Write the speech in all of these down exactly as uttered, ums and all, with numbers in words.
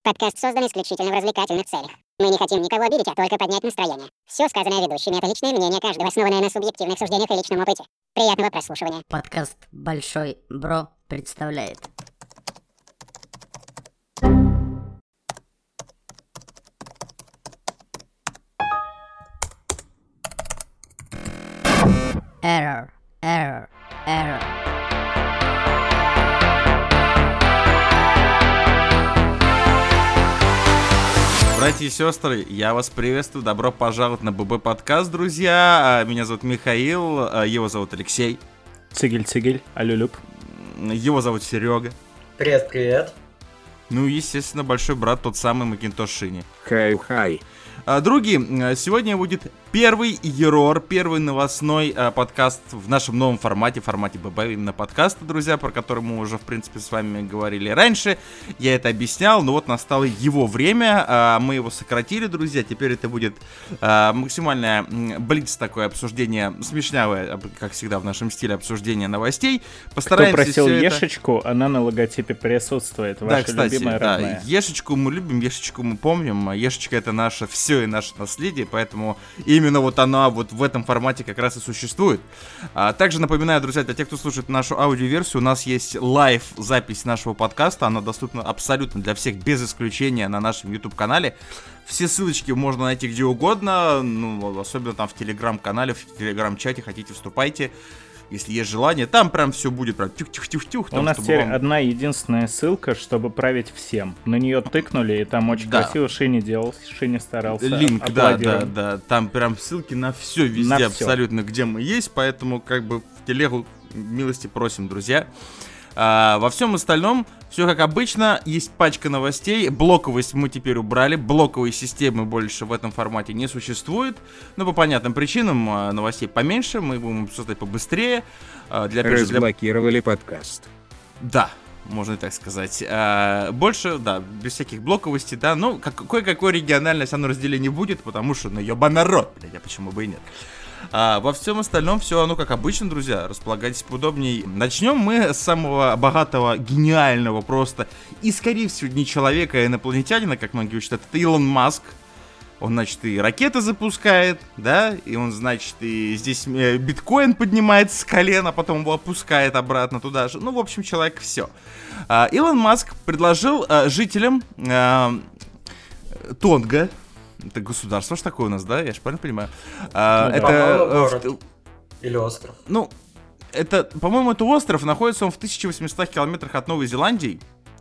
Подкаст создан исключительно в развлекательных целях. Мы не хотим никого обидеть, а только поднять настроение. Все сказанное ведущими — это личное мнение каждого, основанное на субъективных суждениях и личном опыте. Приятного прослушивания. Подкаст «Большой Бро» представляет. Error, error, error. Братья и сестры, я вас приветствую, добро пожаловать на ББ подкаст, друзья. Меня зовут Михаил, его зовут Алексей. Цигель-цигель, алюлюб. Его зовут Серега. Привет-привет. Ну и, естественно, большой брат, тот самый Макинтош Шини. Хай-хай. Други, сегодня будет первый Ерор, первый новостной а, подкаст в нашем новом формате, формате ББ, именно подкаста, друзья, про который мы уже, в принципе, с вами говорили раньше. Я это объяснял, но вот настало его время, а, мы его сократили, друзья, теперь это будет а, максимальное блиц такое обсуждение, смешнявое, как всегда в нашем стиле, обсуждение новостей. Постараемся. Кто просил Ешечку, это... она на логотипе присутствует, ваша да, кстати, любимая да, родная. Ешечку мы любим, Ешечку мы помним, Ешечка — это наше все и наше наследие, поэтому именно вот она вот в этом формате как раз и существует. А, также напоминаю, друзья, для тех, кто слушает нашу аудиоверсию, у нас есть лайв-запись нашего подкаста, она доступна абсолютно для всех, без исключения, на нашем YouTube-канале. Все ссылочки можно найти где угодно, ну, особенно там в Телеграм-канале, в Телеграм-чате, хотите, вступайте. Если есть желание, там прям все будет прям тюх-тюх-тюх-тюх. У нас теперь вам... одна единственная ссылка, чтобы править всем. На нее тыкнули, и там очень да. красиво Шини делал, Шини старался. Линк, да, да, да. Там прям ссылки на все везде, на абсолютно, все. Где мы есть, поэтому как бы в телегу милости просим, друзья. А, во всем остальном все как обычно, есть пачка новостей. Блоковость мы теперь убрали, блоковой системы больше в этом формате не существует. Но по понятным причинам новостей поменьше, мы будем создать побыстрее. Для, Разблокировали для... подкаст. Да, можно и так сказать. А, больше, да, без всяких блоковостей, да. Ну, как, кое-какой региональное оно разделение будет, потому что, ну, ёба народ, блядь, а почему бы и нет. А во всем остальном все, ну, как обычно, друзья, располагайтесь поудобнее. Начнем мы с самого богатого, гениального просто, и, скорее всего, не человека, а инопланетянина, как многие считают, это Илон Маск. Он, значит, и ракеты запускает, да, и он, значит, и здесь биткоин поднимает с колена, а потом его опускает обратно туда же. Ну, в общем, человек все. А, Илон Маск предложил а, жителям а, Тонга, это государство, что такое у нас, да? Я же правильно понимаю? А, ну, это город. В... Или остров. Ну, это, по-моему, это остров, находится он в тысяча восьмистах километрах от Новой Зеландии.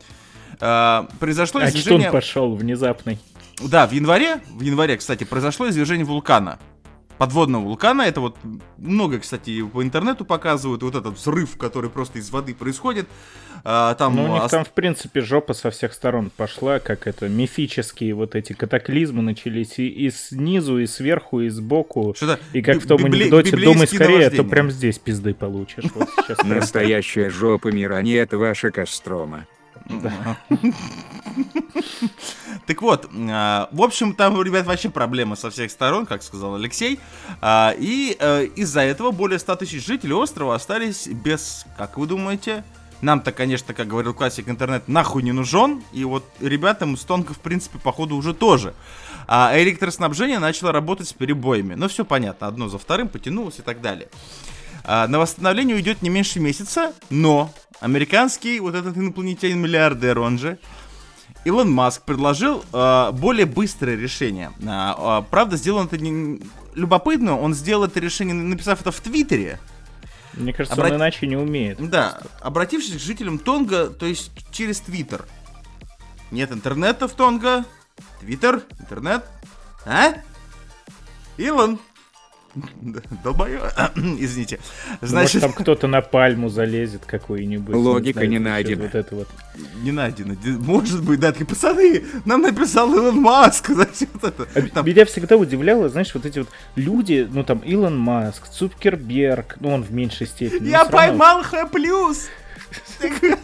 А, произошло а извержение... А пошел внезапный. Да, в январе, в январе, кстати, произошло извержение вулкана. Подводного вулкана. Это вот много, кстати, по интернету показывают. Вот этот взрыв, который просто из воды происходит. А, там, ну, у них а... там, в принципе, жопа со всех сторон пошла, как это, мифические вот эти катаклизмы начались и, и снизу, и сверху, и сбоку. Что-то и как библи... в том анекдоте «Думай скорее, а то наваждения». Прям здесь пизды получишь». Вот сейчас настоящая жопа мира, не это ваша Кострома. Да. Так вот, в общем, там, ребят, вообще проблемы со всех сторон, как сказал Алексей. И из-за этого более ста тысяч жителей острова остались без, как вы думаете, нам-то, конечно, как говорил классик интернет, нахуй не нужен. И вот ребятам из Тонга, в принципе, походу уже тоже. А электроснабжение начало работать с перебоями. Ну, все понятно, одно за вторым потянулось и так далее. На восстановление уйдет не меньше месяца, но американский вот этот инопланетянин-миллиардер, он же, Илон Маск, предложил э, более быстрое решение. Э, э, правда, сделано это не... любопытно, он сделал это решение, написав это в Твиттере. Мне кажется, Обрат... он иначе не умеет. Да, обратившись к жителям Тонга, то есть через Твиттер. Нет интернета в Тонга. Твиттер, интернет. А? Илон. Долбоёб. Извините. Значит, может, там кто-то на пальму залезет какой-нибудь. Логика не найдена. Вот это вот. Не найдена. Может быть, да. Пацаны, нам написал Илон Маск. Зачем это? Там... Меня всегда удивляло, знаешь, вот эти вот люди, ну там Илон Маск, Цукерберг, ну он в меньшей степени. Я поймал Х плюс.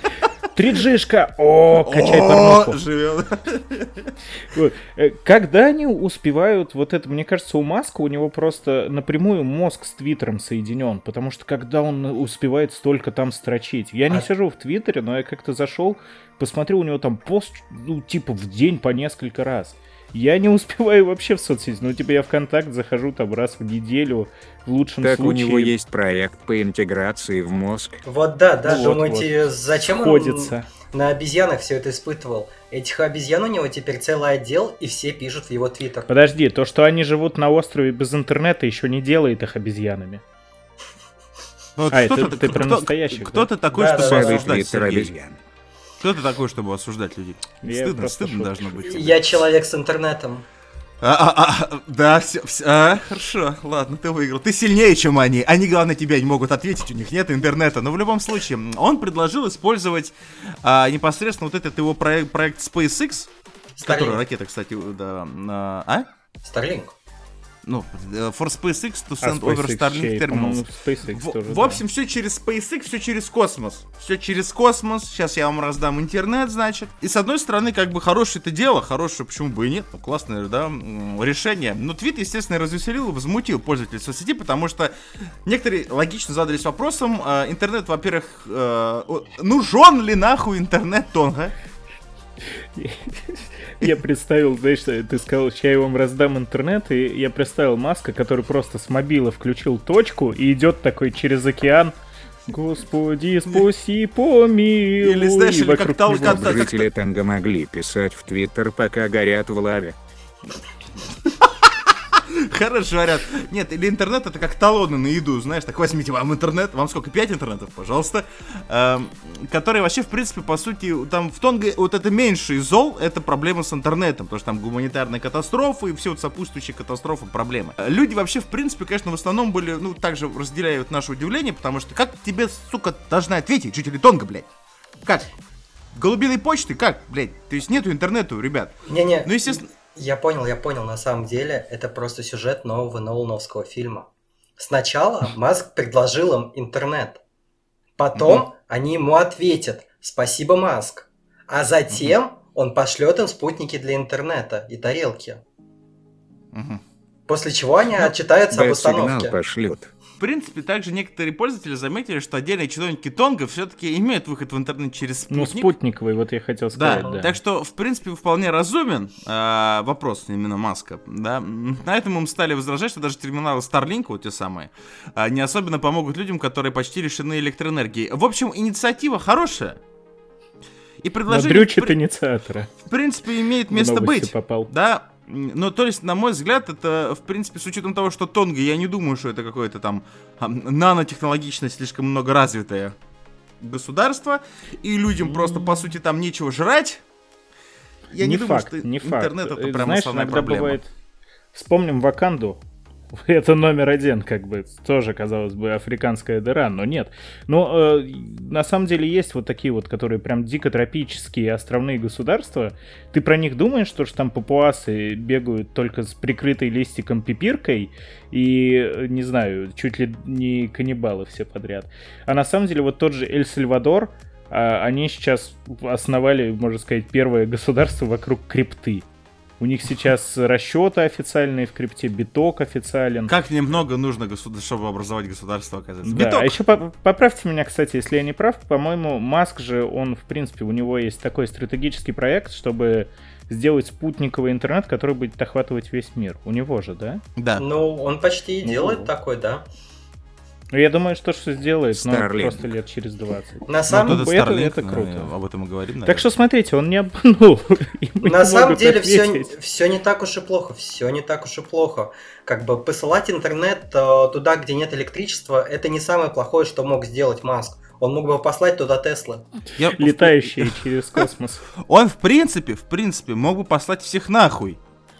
три джи-шка! О, качай О, порнуху. живет. Вот. Э, Когда они успевают вот это, мне кажется, у Маска у него просто напрямую мозг с Твиттером соединен, потому что когда он успевает столько там строчить. Я не А- сижу в Твиттере, но я как-то зашел, посмотрел, у него там пост, ну, типа в день по несколько раз. Я не успеваю вообще в соцсети, ну, типа я в ВКонтакт захожу там раз в неделю, в лучшем Так у случае. него есть проект по интеграции в мозг. Вот да, да, Вот, думаете, зачем Сходится. он на обезьянах все это испытывал? Этих обезьян у него теперь целый отдел, и все пишут в его твиттер. Подожди, то, что они живут на острове без интернета, еще не делает их обезьянами. Ну, А, кто-то- это ты про кто- настоящих, Кто да? ты такой, Да, чтобы да, да. Целый осуждать, твиттер Сергей? обезьян. Кто ты такой, чтобы осуждать людей? Я Стыдно, просто стыдно шутку должно быть. тебе. Я человек с интернетом. А, а, а, да, все, а, хорошо, ладно, ты выиграл. Ты сильнее, чем они. Они, главное, тебя не могут ответить, у них нет интернета. Но в любом случае, он предложил использовать а, непосредственно вот этот его проект, проект SpaceX, с которой Starlink. ракета, кстати, да, а? а? Starlink. Ну, э, for SpaceX to А send over SpaceX Starlink чей? По-моему, terminals. SpaceX В, тоже, в да. общем, все через SpaceX, все через космос. Все через космос. Сейчас я вам раздам интернет, значит. И с одной стороны, как бы хорошее это дело, хорошее, почему бы и нет, ну, классное, да, м, решение. Но твит, естественно, развеселил и возмутил пользователей соцсети, потому что некоторые логично задались вопросом, э, интернет, во-первых, э, о, нужен ли нахуй интернет Тонга? Я представил, знаешь, что ты сказал, сейчас я вам раздам интернет, и я представил Маска, который просто с мобила включил точку и идет такой через океан. Господи, спаси, помилуй. Или, знаешь, и или вокруг как тал- него. как- как- Жители Танго могли писать в Твиттер, пока горят в лаве. Хорошо, говорят. Нет, или интернет это как талоны на еду, знаешь, так возьмите вам интернет, вам сколько, пять интернетов, пожалуйста, эм, которые вообще, в принципе, по сути, там в Тонго вот это меньше из зол, это проблема с интернетом, потому что там гуманитарная катастрофа и все вот сопутствующие катастрофы, проблемы. Люди вообще, в принципе, конечно, в основном были, ну, также разделяют наше удивление, потому что как тебе, сука, должны ответить жители Тонго, блядь? Как? Голубиной почты? Как, блядь? То есть нету интернета у ребят. Не-не, Ну, естественно... я понял, я понял, на самом деле это просто сюжет нового Нолановского фильма. Сначала Маск предложил им интернет. Потом они ему ответят «Спасибо, Маск». А затем он пошлет им спутники для интернета и тарелки. Мгм. После чего они отчитаются об Б-сигнал установке. пошлют. В принципе, также некоторые пользователи заметили, что отдельные чиновники Тонго все-таки имеют выход в интернет через спутник. Ну, спутниковый, вот я хотел Да, сказать, да. так что, в принципе, вполне разумен э, вопрос именно Маска, да. На этом им стали возражать, что даже терминалы Starlink, вот те самые, э, не особенно помогут людям, которые почти лишены электроэнергии. В общем, инициатива хорошая. И предложение, в, Надрючит при- инициатора. в принципе, имеет В место новости быть. попал. Да, ну, то есть, на мой взгляд, это, в принципе, с учетом того, что Тонго, я не думаю, что это какое-то там а, нанотехнологично слишком много развитое государство, и людям просто, по сути, там нечего жрать. Я не, не думаю, факт, что не факт. интернет это Э, прям Знаешь, основная иногда проблема. бывает... Вспомним Ваканду. Это номер один, как бы, тоже, казалось бы, африканская дыра, но нет. Но э, на самом деле есть вот такие вот, которые прям дико тропические островные государства. Ты про них думаешь, что ж там папуасы бегают только с прикрытой листиком пипиркой и, э, не знаю, чуть ли не каннибалы все подряд. А на самом деле вот тот же Эль-Сальвадор, а, они сейчас основали, можно сказать, первое государство вокруг крипты. У них сейчас расчеты официальные в крипте, биток официален. Как мне много нужно, государ... чтобы образовать государство, оказывается. Да, Биток. а еще по- поправьте меня, кстати, если я не прав, по-моему, Маск же, он, в принципе, у него есть такой стратегический проект, чтобы сделать спутниковый интернет, который будет охватывать весь мир. У него же, да? Да. Ну, он почти и Ну. делает такой, да. Ну, я думаю, что что сделает, но Starlink. просто лет через двадцать. На Ну, самом, вот это это- Starlink, это круто. э, об этом и говорим, Так наверное. что смотрите, он не обманул. и мы на не самом могут деле все, ответить. все не так уж и плохо, все не так уж и плохо. Как бы посылать интернет э, туда, где нет электричества, это не самое плохое, что мог сделать Маск. Он мог бы послать туда Теслы. Я- Летающие через космос. Он, в принципе, в принципе, мог бы послать всех нахуй.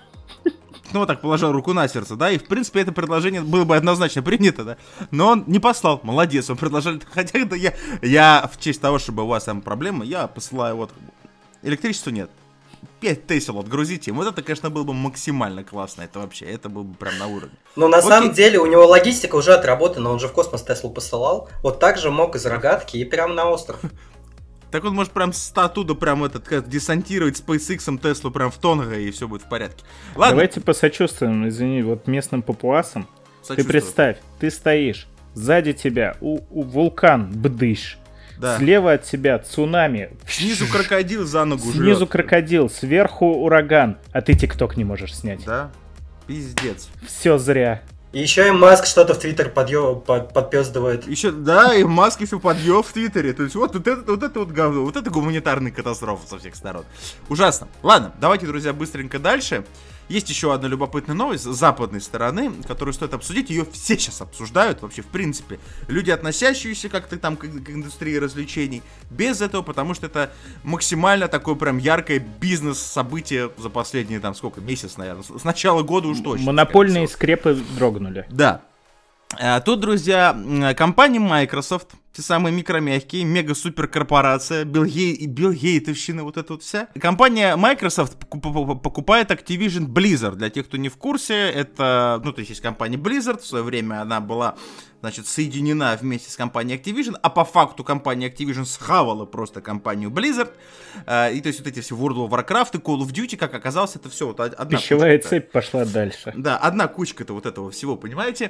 Ну, вот так положил руку на сердце, да, и, в принципе, это предложение было бы однозначно принято, да, но он не послал, молодец, он предложил, хотя это я, я в честь того, чтобы у вас там проблемы, я посылаю вот, электричества нет, пять Тесел отгрузите, вот это, конечно, было бы максимально классно, это вообще, это было бы прям на уровне. Но на Окей. самом деле у него логистика уже отработана, он же в космос Теслу посылал. Вот так же мог из рогатки и прямо на остров. Так он может прям с оттуда прям этот как, десантировать SpaceX Теслу прям в Тонго, и все будет в порядке. Ладно. Давайте посочувствуем, извини, вот местным папуасам. Ты представь, ты стоишь, сзади тебя у, у вулкан бдыш, да. Слева от тебя цунами. Снизу крокодил за ногу жрет. Снизу крокодил, сверху ураган, а ты тикток не можешь снять. Да, пиздец. Все зря. И еще и Маск что-то в Твиттер подъё... под... подпёздывает. Еще, да, и Маск еще подъел в Твиттере. То есть вот, вот, это, вот это вот говно, вот это гуманитарная катастрофа со всех сторон. Ужасно. Ладно, давайте, друзья, быстренько дальше. Есть еще одна любопытная новость с западной стороны, которую стоит обсудить. Ее все сейчас обсуждают, вообще, в принципе. Люди, относящиеся как-то там к, к индустрии развлечений. Без этого, потому что это максимально такое прям яркое бизнес-событие за последние, там, сколько, месяц, наверное. С начала года уж точно. Монопольные скрепы дрогнули. Да. А тут, друзья, компания Microsoft, те самые микромягкие, мега-суперкорпорация, Билл Гей... Билл Гейтовщина, вот это вот вся. Компания Microsoft покупает Activision Blizzard. Для тех, кто не в курсе, это, ну, то есть есть компания Blizzard, в свое время она была, значит, соединена вместе с компанией Activision, а по факту компания Activision схавала просто компанию Blizzard. И то есть вот эти все World of Warcraft и Call of Duty, как оказалось, это все вот одна пищевая цепь пошла дальше. Да, одна кучка-то вот этого всего, понимаете?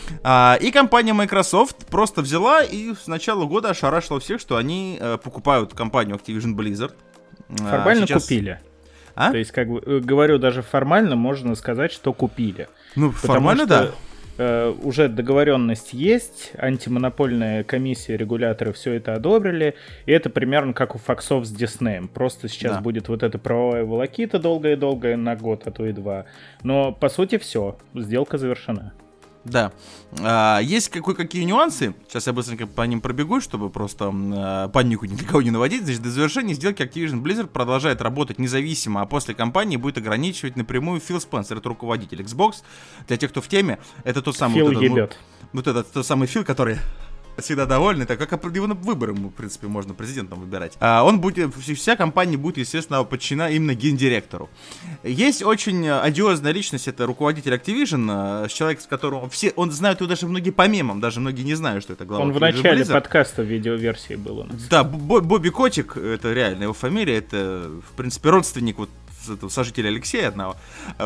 И компания Microsoft просто взяла и с начала года ошарашила всех, что они покупают компанию Activision Blizzard. Формально Сейчас... купили. А? То есть, как бы, говорю, даже формально можно сказать, что купили. Ну, формально, что... да. Уже договоренность есть, антимонопольная комиссия, регуляторы все это одобрили, и это примерно как у Фоксов с Диснеем. Просто сейчас да. будет вот эта правовая волокита долгая-долгая на год, а то и два. Но по сути все, сделка завершена. Да. А, есть кое-какие нюансы. Сейчас я быстренько по ним пробегу, чтобы просто а, панику никого не наводить. Значит, до завершения сделки Activision Blizzard продолжает работать независимо, а после компании будет ограничивать напрямую Фил Спенсер, это руководитель Xbox. Для тех, кто в теме, это тот самый... Фил вот ебет. Вот, вот этот тот самый Фил, который... всегда довольный, так как его на выборы, в принципе, можно президентом выбирать. А он будет, вся компания будет, естественно, подчинена именно гендиректору. Есть очень одиозная личность, это руководитель Activision, человек, с которым все, он знает его даже многие по мемам, даже многие не знают, что это глава Он Activision в начале Blizzard. Подкаста в видеоверсии был у нас. Да, Бобби Котик, это реально его фамилия, это, в принципе, родственник вот этого сожителя Алексея одного.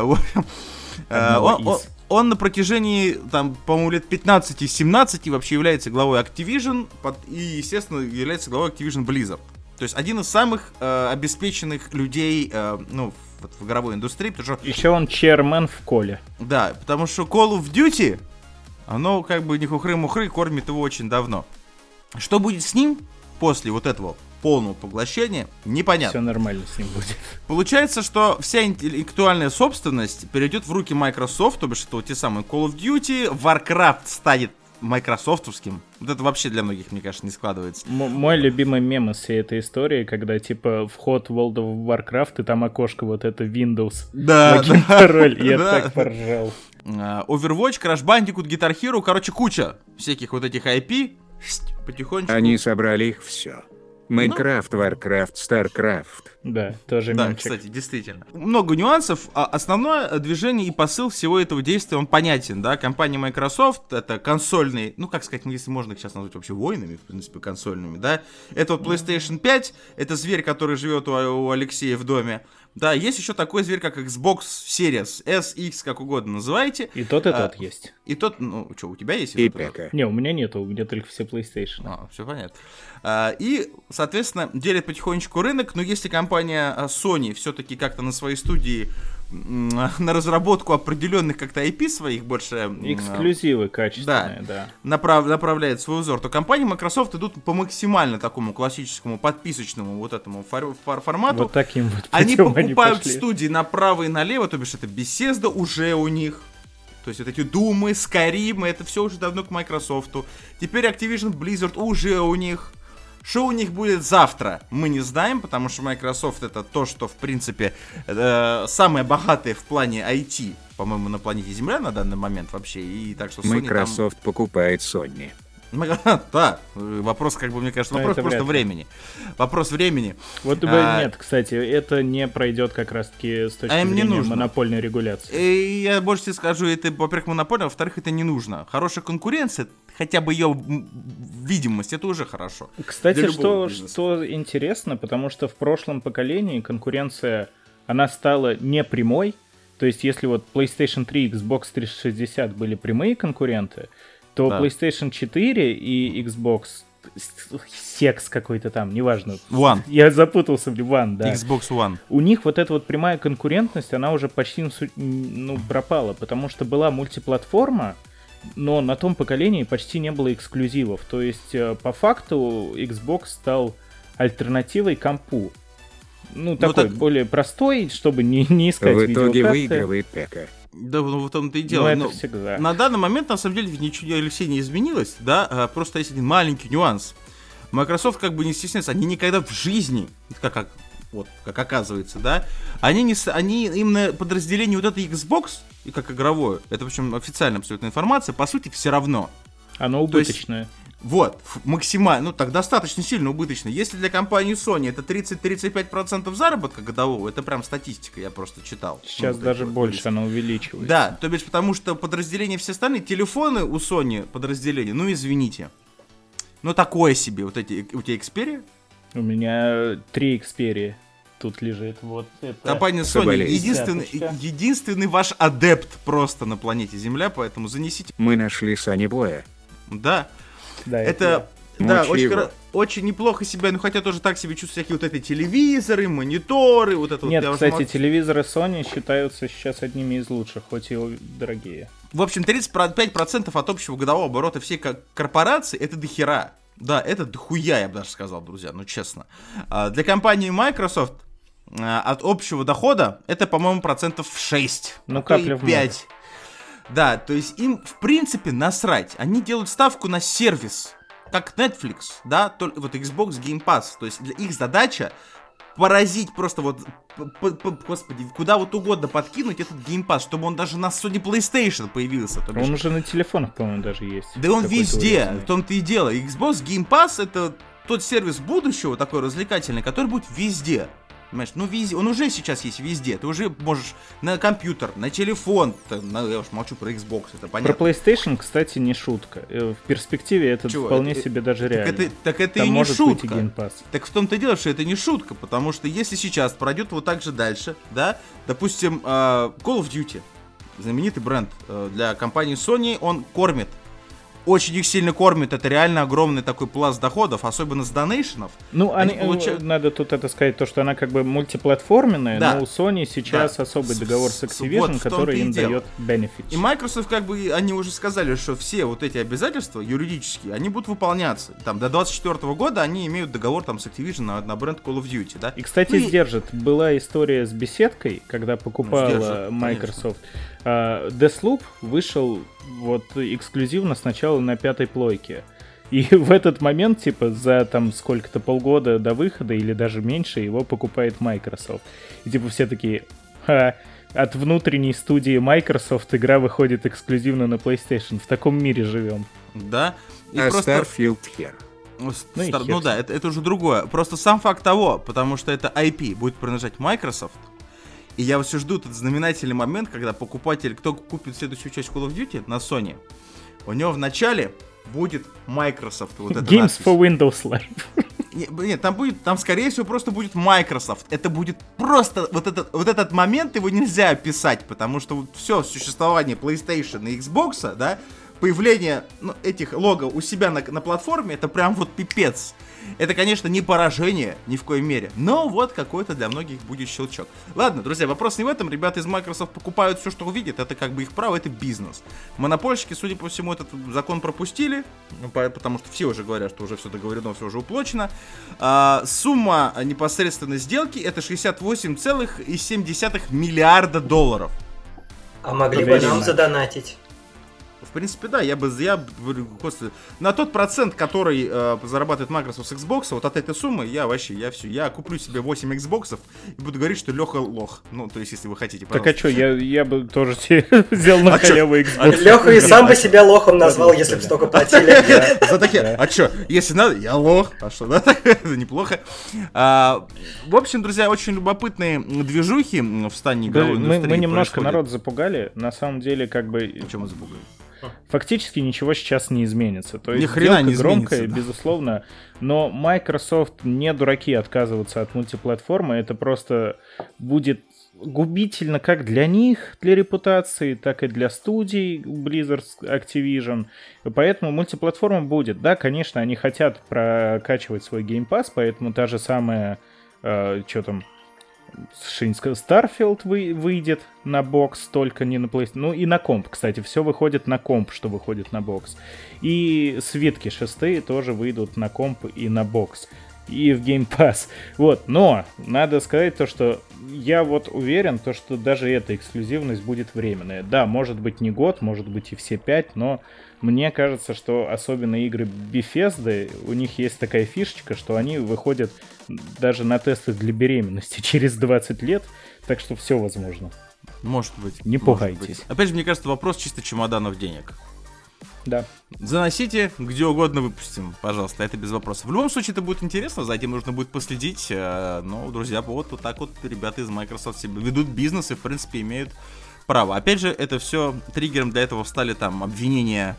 Он, он, он на протяжении, там, по-моему, лет пятнадцать-семнадцать вообще является главой Activision под, и, естественно, является главой Activision Blizzard. То есть один из самых э, обеспеченных людей, э, ну, в, в игровой индустрии, потому что... Еще он chairman в Коле. Да, потому что Call of Duty, оно как бы не хухры-мухры, кормит его очень давно. Что будет с ним после вот этого полного поглощения, непонятно. Все нормально с ним будет. Получается, что вся интеллектуальная собственность перейдет в руки Microsoft, то бишь это вот те самые Call of Duty, Warcraft станет майкрософтовским. Вот это вообще для многих, мне кажется, не складывается. М- мой любимый мем из всей этой истории, когда типа вход в World of Warcraft, и там окошко вот это Windows. Да, логин, да. пароль. Я да. так поржал. Overwatch, Crash Bandicoot, Guitar Hero, короче, куча всяких вот этих ай пи. Потихонечку. Они собрали их все. Майнкрафт, Варкрафт, Старкрафт. Да, тоже да, мемчик. кстати, действительно. Много нюансов. А основное движение и посыл всего этого действия, он понятен, да. Компания Microsoft, это консольные, ну, как сказать, если можно их сейчас назвать вообще воинами, в принципе, консольными, да. Это вот PlayStation пять, это зверь, который живет у, у Алексея в доме. Да, есть еще такой зверь, как Xbox Series S, X, как угодно называйте. И тот, и а, тот есть. И тот, ну, что, у тебя есть? И ПК. Не, у меня нету, у меня только все PlayStation. А, все понятно. А, и, соответственно, делят потихонечку рынок, но если компания Sony все-таки как-то на своей студии на разработку определенных как-то ай пи своих больше... Эксклюзивы качественные, да. да направ, направляет свой узор, то компании Microsoft идут по максимально такому классическому подписочному вот этому фор, фор, формату. Вот таким вот Они покупают они студии направо и налево, то бишь это Bethesda уже у них. То есть вот эти Думы, Скайримы, это все уже давно к Microsoft. Теперь Activision Blizzard уже у них. Что у них будет завтра, мы не знаем, потому что Microsoft это то, что, в принципе, э, самое богатое в плане ай ти, по-моему, на планете Земля на данный момент вообще. И так что Sony Microsoft там... покупает Sony. Да, вопрос, как бы, мне кажется, Но вопрос это просто вряд ли. времени. Вопрос времени. Вот бы А, нет, кстати, это не пройдет как раз-таки с точки А им не зрения нужно. монопольной регуляции. И я больше тебе скажу, это, во-первых, монопольно, во-вторых, это не нужно. Хорошая конкуренция, хотя бы ее видимость, это уже хорошо. Кстати, Для любого что, бизнеса. что интересно, потому что в прошлом поколении конкуренция, она стала не прямой. То есть, если вот PlayStation три и Xbox триста шестьдесят были прямые конкуренты, то Да. PlayStation четыре и Xbox Sex какой-то там, неважно. One. Я запутался в One, да. Xbox One. У них вот эта вот прямая конкурентность, она уже почти ну, пропала, потому что была мультиплатформа, но на том поколении почти не было эксклюзивов. То есть, э, по факту, Xbox стал альтернативой компу. Ну, такой, так- более простой, чтобы не, не искать В итоге видеокарты. выигрывает ПК. Да, ну в том-то и Ну, дело. это Но всегда. на данный момент, на самом деле, ведь ничего, Алексей, не изменилось, да, а просто есть один маленький нюанс. Microsoft как бы не стесняется, они никогда в жизни, как, как, вот, как оказывается, да, они, не, с- они именно подразделение вот этой Xbox, и как игровое, это, в общем, официальная абсолютно информация, по сути, все равно. Оно То есть- убыточное. Вот, ф- максимально, ну так достаточно сильно убыточно. Если для компании Sony это тридцать-тридцать пять процентов заработка годового, это прям статистика, я просто читал. Сейчас Ну, даже вот, больше есть. оно увеличивается. Да, то бишь потому что подразделения все остальные, телефоны у Sony подразделения, ну извините. Ну такое себе, вот эти, у тебя Xperia? У меня три Xperia тут лежит. Вот это. Компания Sony Соболезную. единственный, Десяточка. единственный ваш адепт просто на планете Земля, поэтому занесите. Мы нашли Сани Боя. Да, Да, это, да, Мочи очень, его. хоро- очень неплохо себя, ну хотя тоже так себе чувствуют всякие вот эти телевизоры, мониторы, вот это Нет, вот. я уже кстати, мол- телевизоры Sony считаются сейчас одними из лучших, хоть и о- дорогие. В общем, тридцать пять процентов от общего годового оборота всей ко- корпорации это дохера. Да, это дохуя, я бы даже сказал, друзья, ну честно. А, Для компании Microsoft а, от общего дохода это, по-моему, процентов шесть. Ну, а то и капля в пять. Да, то есть им, в принципе, насрать. Они делают ставку на сервис, как Netflix, да, только вот Xbox Game Pass. То есть для их задача поразить просто вот, п- п- господи, куда вот угодно подкинуть этот Game Pass, чтобы он даже на Sony PlayStation появился. То бишь- Он уже на телефонах, по-моему, даже есть. да он Какой-то везде, урезанный. в том-то и дело. Xbox Game Pass это тот сервис будущего, такой развлекательный, который будет везде. Понимаешь, ну везде, он уже сейчас есть везде. Ты уже можешь на компьютер, на телефон, т- на- я уж молчу про Xbox, это Про понятно. PlayStation, кстати, не шутка. Э, В перспективе это Чего? вполне Это- себе даже Так реально. это, так это Там и не может шутка. быть и Game Pass. Так в том-то и дело, что это не шутка, потому что если сейчас пройдет вот так же дальше, да, допустим, э, Call of Duty, знаменитый бренд э, для компании Sony, он кормит, очень их сильно кормит, это реально огромный такой пласт доходов, особенно с донейшенов. Ну, Они они, получают- э, надо тут это сказать, то, что она как бы мультиплатформенная, Да. но у Sony сейчас Да. особый С- договор с с- Activision, вот в том-то который и им дело. дает benefits. И Microsoft, как бы, они уже сказали, что все вот эти обязательства юридические, они будут выполняться. Там до двадцать четвёртого года они имеют договор там с Activision на, на бренд Call of Duty, да. И, кстати, Ну и- сдержит. Была история с беседкой, когда покупала Ну, сдержит, Microsoft. А, Deathloop вышел вот эксклюзивно сначала на пятой плойке. И в этот момент, типа, за там сколько-то полгода до выхода или даже меньше его покупает Microsoft. И типа все такие, ха, от внутренней студии Microsoft игра выходит эксклюзивно на PlayStation. В таком мире живем. Да. И А просто... Starfield хер. Ну, Ну и стар- хер ну с да, ним. это, это уже другое. Просто сам факт того, потому что это ай пи будет принадлежать Microsoft. И я все жду этот знаменательный момент, когда покупатель, кто купит следующую часть Call of Duty на Sony, у него в начале будет Microsoft. Вот эта Games надпись. for Windows Live. Не- Нет, там будет, там скорее всего просто будет Microsoft. Это будет просто вот этот, вот этот момент его нельзя описать, потому что вот все существование PlayStation и Xbox, да, появление ну, этих лого у себя на, на платформе, это прям вот пипец. Это, конечно, не поражение ни в коей мере, но вот какой-то для многих будет щелчок. Ладно, друзья, вопрос не в этом. Ребята из Microsoft покупают все, что увидят. Это как бы их право, это бизнес. Монопольщики, судя по всему, этот закон пропустили, ну, по- потому что все уже говорят, что уже все договорено, все уже уплочено. А, сумма непосредственно сделки это шестьдесят восемь целых семь десятых миллиарда долларов. А могли бы Very нам nice. задонатить. В принципе, да, я бы, я говорю, господи, на тот процент, который э, зарабатывает Microsoft с Xbox, вот от этой суммы я вообще, я все, я куплю себе восемь Xbox'ов и буду говорить, что Леха лох. Ну, то есть, если вы хотите, пожалуйста. Так а что, я, я бы тоже себе взял на А чё? халяву Xbox. Леха и сам бы себя лохом назвал, если бы столько платили. За такие, а чё, если надо, я лох, а что, да, это неплохо. А, в общем, друзья, очень любопытные движухи в стане Да, игровой мы, индустрии мы немножко происходят. народ запугали, на самом деле, как бы, Чем мы запугали? фактически ничего сейчас не изменится. То есть Ни хрена сделка не громкая, изменится, да. безусловно, но Microsoft не дураки отказываться от мультиплатформы, это просто будет губительно как для них, для репутации, так и для студий Blizzard, Activision. Поэтому мультиплатформа будет. Да, конечно, они хотят прокачивать свой Game Pass, поэтому та же самая, э, что там, Шинска, Starfield вы, выйдет на бокс, только не на PlayStation. Ну и на комп, кстати, все выходит на комп, что выходит на бокс. И свитки шестые тоже выйдут на комп и на бокс. И в Game Pass. Вот, но надо сказать то, что я вот уверен, то, что даже эта эксклюзивность будет временная. Да, может быть не год, может быть и все пять, но мне кажется, что особенно игры Bethesda, у них есть такая фишечка, что они выходят даже на тесты для беременности через двадцать лет, так что все возможно. Может быть. Не может пугайтесь. быть. Опять же, мне кажется, вопрос чисто чемоданов денег. Да. Заносите, где угодно выпустим, пожалуйста, это без вопросов. В любом случае, это будет интересно, за этим нужно будет последить. Но, друзья, вот, вот так вот ребята из Microsoft себе ведут бизнес и, в принципе, имеют право. Опять же, это все триггером для этого встали там обвинения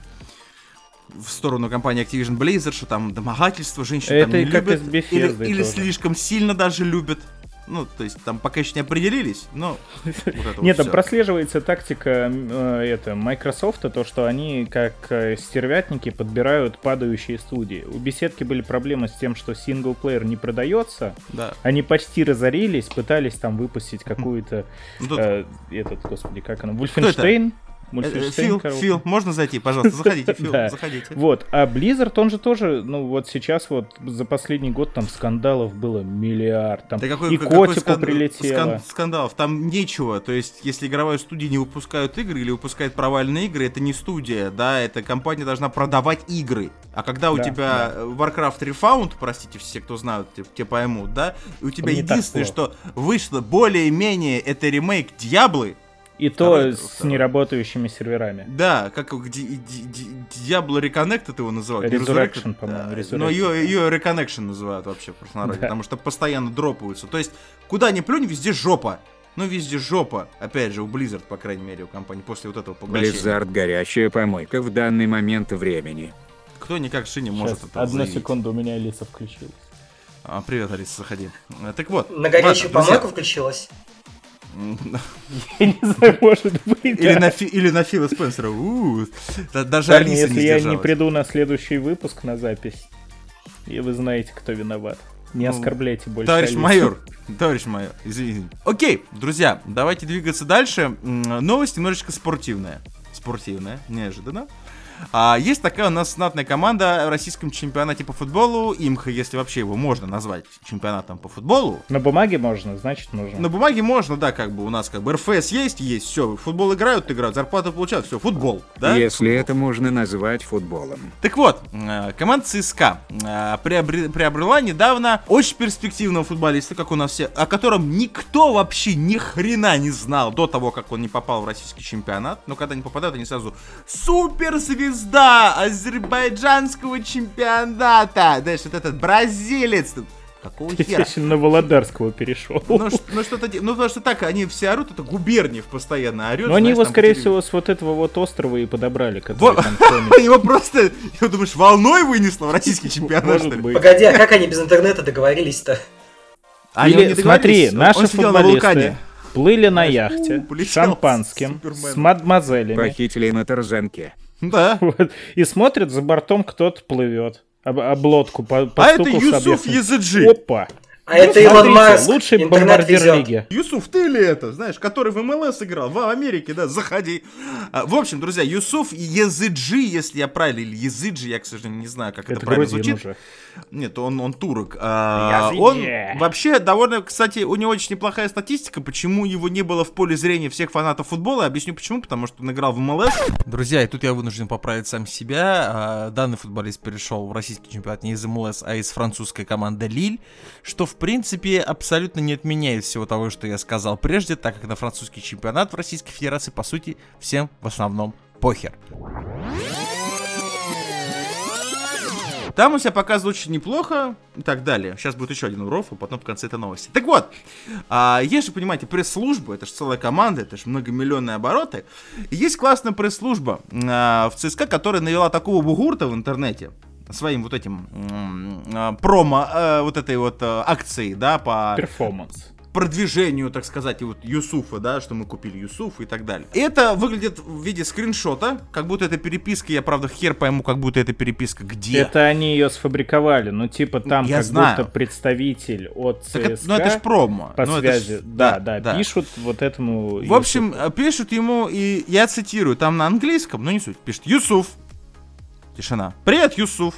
в сторону компании Activision Blizzard, что там домогательство, женщины Это там не и как любят. из Bethesda Или, или тоже. слишком сильно даже любят. Ну, то есть там пока еще не определились, но... Вот это вот Нет, там всё. прослеживается тактика э, это, Microsoft, то, что они, как э, стервятники, подбирают падающие студии. У Беседки были проблемы с тем, что синглплеер не продается. Да. Они почти разорились, пытались там выпустить какую-то... Ну, тут- э, этот, господи, как она? Wolfenstein? Э, Wolfenstein, Фил, короче. Фил, можно зайти, пожалуйста, заходите, Фил, Да. заходите. Вот, а Blizzard, он же тоже, ну вот сейчас вот за последний год там скандалов было миллиард, там Да какой, и какой котику скан- прилетело. скан- скандалов, там нечего, то есть если игровая студия не выпускают игры или выпускает провальные игры, это не студия, да, эта компания должна продавать игры, а когда у Да, тебя Warcraft Refound, простите все, кто знают, те, те поймут, да, и у тебя Не так единственное, плохо. что вышло более-менее, это ремейк Диаблы. И то Второй- с второй. неработающими серверами. Да, как его, Ди- Ди- Ди- Diablo Reconnected его называют. не Resurrection, Resurrected, по-моему, да. Resurrection. Но ее, ее Reconnection называют вообще в простонародье, Да. потому что постоянно дропаются. То есть, куда ни плюнь, везде жопа. Ну, везде жопа. Опять же, у Blizzard, по крайней мере, у компании, после вот этого поглощения. Blizzard горячая помойка в данный момент времени. Кто никак Шине может Сейчас, это одну заявить. секунду, у меня Алиса включилась. А, привет, Алиса, заходи. А, Так вот. На горячую ладно, друзья. помойку включилась. Я не знаю, может быть, Или да. на, Фи- или на Фила Спенсера. У-у-у. Да- Даже Парни, Алиса если не я не сдержалась. приду на следующий выпуск на запись, и вы знаете, кто виноват. Не Ну, оскорбляйте больше Товарищ Алису. майор, товарищ майор, извините. Окей, друзья, давайте двигаться дальше. М, Новость немножечко спортивная. Спортивная, неожиданно. А, есть такая у нас знатная команда в российском чемпионате по футболу. Имха, если вообще его можно назвать чемпионатом по футболу. На бумаге можно, значит нужно. На бумаге можно, да, как бы у нас как бы эр эф эс есть, есть, все, футбол играют, играют, зарплату получают, все, футбол, да? Если это можно назвать футболом. Так вот, э, команда ЦСКА э, приобре- приобрела недавно очень перспективного футболиста, как у нас все, о котором никто вообще ни хрена не знал до того, как он не попал в российский чемпионат. Но когда они попадают, они сразу суперзвезда азербайджанского чемпионата. Знаешь, вот этот бразилец. Какого хера? Естественно, на Володарского перешел. Ну, ш- ну что-то, де- ну потому что так, они все орут, это Губерниев постоянно орет. Но они знаешь, его, там по скорее телевизору. всего, с вот этого вот острова и подобрали, который Вот. там кроме- Его просто, его думаешь, волной вынесло в российский чемпионат, Может что ли? быть. Погоди, а как они без интернета договорились-то? А Или, они не договорились, смотри, он- наши он сидел на футболисты вулкане. плыли на Знаешь, яхте у, полетел с шампанским, Супермен. с мадмазелями, Похитили на тарзанке. Да. вот, и смотрят, за бортом кто-то плывет. Об, об лодку по- А это постукался об Юсуф яхту. Языджи. Опа! А это Ну, Илон смотрите, Маск. лучший Интернет бомбардир везет. лиги. Юсуф, ты ли это? Знаешь, который в эм эл эс играл, в Америке, да, заходи. А, В общем, друзья, Юсуф Езыджи, если я правильно, или Езыджи, я, к сожалению, не знаю, как это, Это правильно грузин звучит. уже. Нет, он, он турок. А, Языджи. он вообще довольно, кстати, у него очень неплохая статистика. Почему его не было в поле зрения всех фанатов футбола? Объясню почему. Потому что он играл в эм эл эс. Друзья, и тут я вынужден поправить сам себя. А, данный футболист перешел в российский чемпионат не из эм эл эс, а из французской команды Лиль. Что, в принципе, абсолютно не отменяет всего того, что я сказал прежде, так как на французский чемпионат в Российской Федерации, по сути, всем в основном похер. Там у себя показывают очень неплохо и так далее. Сейчас будет еще один уров, а потом в конце этой новости. Так вот, а, есть же, понимаете, пресс-служба, это же целая команда, это же многомиллионные обороты. И есть классная пресс-служба а, в ЦСКА, которая навела такого бугурта в интернете своим вот этим м- м- промо, э, вот этой вот э, акцией, да, по Перформанс. продвижению, так сказать, и вот Юсуфа, да, что мы купили Юсуфа и так далее. И это выглядит в виде скриншота, как будто это переписка, я, правда, хер пойму, как будто это переписка где. Это они ее сфабриковали, ну типа там Я как знаю. будто представитель от Так это- ЦСКА ну это ж промо. по Ну, это ж- связи, да, да, пишут вот этому. В общем, Юсуфу. пишут ему, и я цитирую, там на английском, но не суть, пишет: Юсуф, тишина. Привет, Юсуф.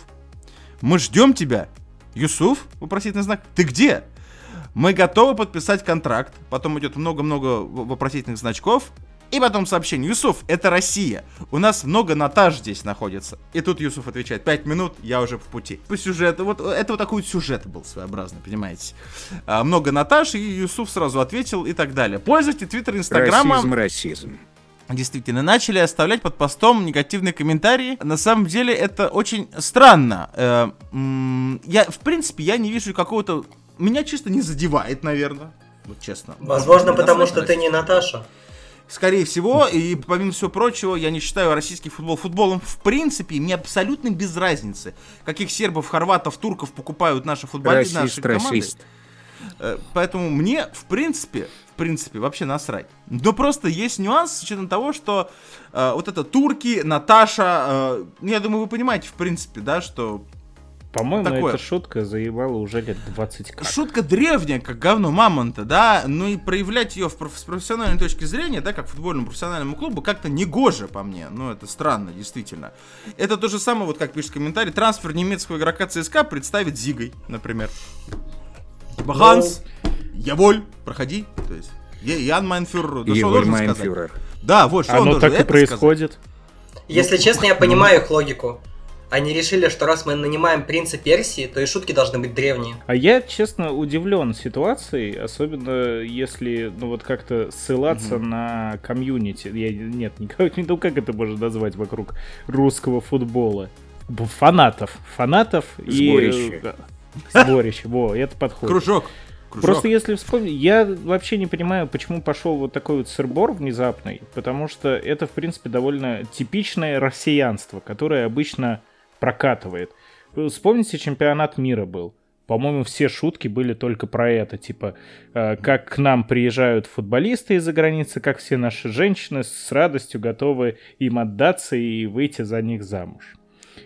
Мы ждем тебя. Юсуф? Вопросительный знак. Ты где? Мы готовы подписать контракт. Потом идет много-много вопросительных значков. И потом сообщение: Юсуф, это Россия. У нас много Наташ здесь находится. И тут Юсуф отвечает: пять минут, я уже в пути. По сюжету, вот это вот такой вот сюжет был своеобразный, понимаете. А, много Наташ, и Юсуф сразу ответил и так далее. Пользуйтесь Твиттер, Инстаграма. Расизм, расизм. Действительно, начали оставлять под постом негативные комментарии. На самом деле это очень странно. Э, м, я, в принципе, я не вижу какого-то... Меня чисто не задевает, наверное. Вот честно. Возможно, Мне потому насрать что на ты не Наташа. Скорее всего, и помимо всего прочего, я не считаю российский футбол футболом в принципе, мне абсолютно без разницы, каких сербов, хорватов, турков покупают наши футболисты, наши Расист, команды. расист. Э, Поэтому мне, в принципе, в принципе, вообще насрать. Но просто есть нюанс с учетом того, что э, вот это турки, Наташа, э, ну, я думаю, вы понимаете, в принципе, да, что По-моему, такое. эта шутка заебала уже лет двадцать как. шутка древняя, как говно мамонта, да, но и проявлять ее в проф- с профессиональной точки зрения, да, как футбольному профессиональному клубу, как-то негоже по мне, ну, это странно, действительно. Это то же самое, вот как пишет комментарий, трансфер немецкого игрока ЦСКА представит Зигой, например. Ханс, Яволь, проходи, то есть, Я- Ян Майнфюрер, да что Еволь должен сказать? Майнфюрер. Да, вот, что он Оно должен так и это происходит. Если честно, я понимаю их логику. Они решили, что раз мы нанимаем принца Персии, то и шутки должны быть древние. А я, честно, удивлен ситуацией, особенно если, ну вот как-то ссылаться на комьюнити. Я, нет, никак, ну как это можно назвать вокруг русского футбола? Б- Фанатов. Фанатов Сборище. и... э, Сборище, во, это подходит. Кружок. Кружок. Просто если вспомнить, я вообще не понимаю, почему пошел вот такой вот сырбор внезапный, потому что это, в принципе, довольно типичное россиянство, которое обычно прокатывает. Вспомните, чемпионат мира был. По-моему, все шутки были только про это, типа, э, как к нам приезжают футболисты из-за границы, как все наши женщины с радостью готовы им отдаться и выйти за них замуж.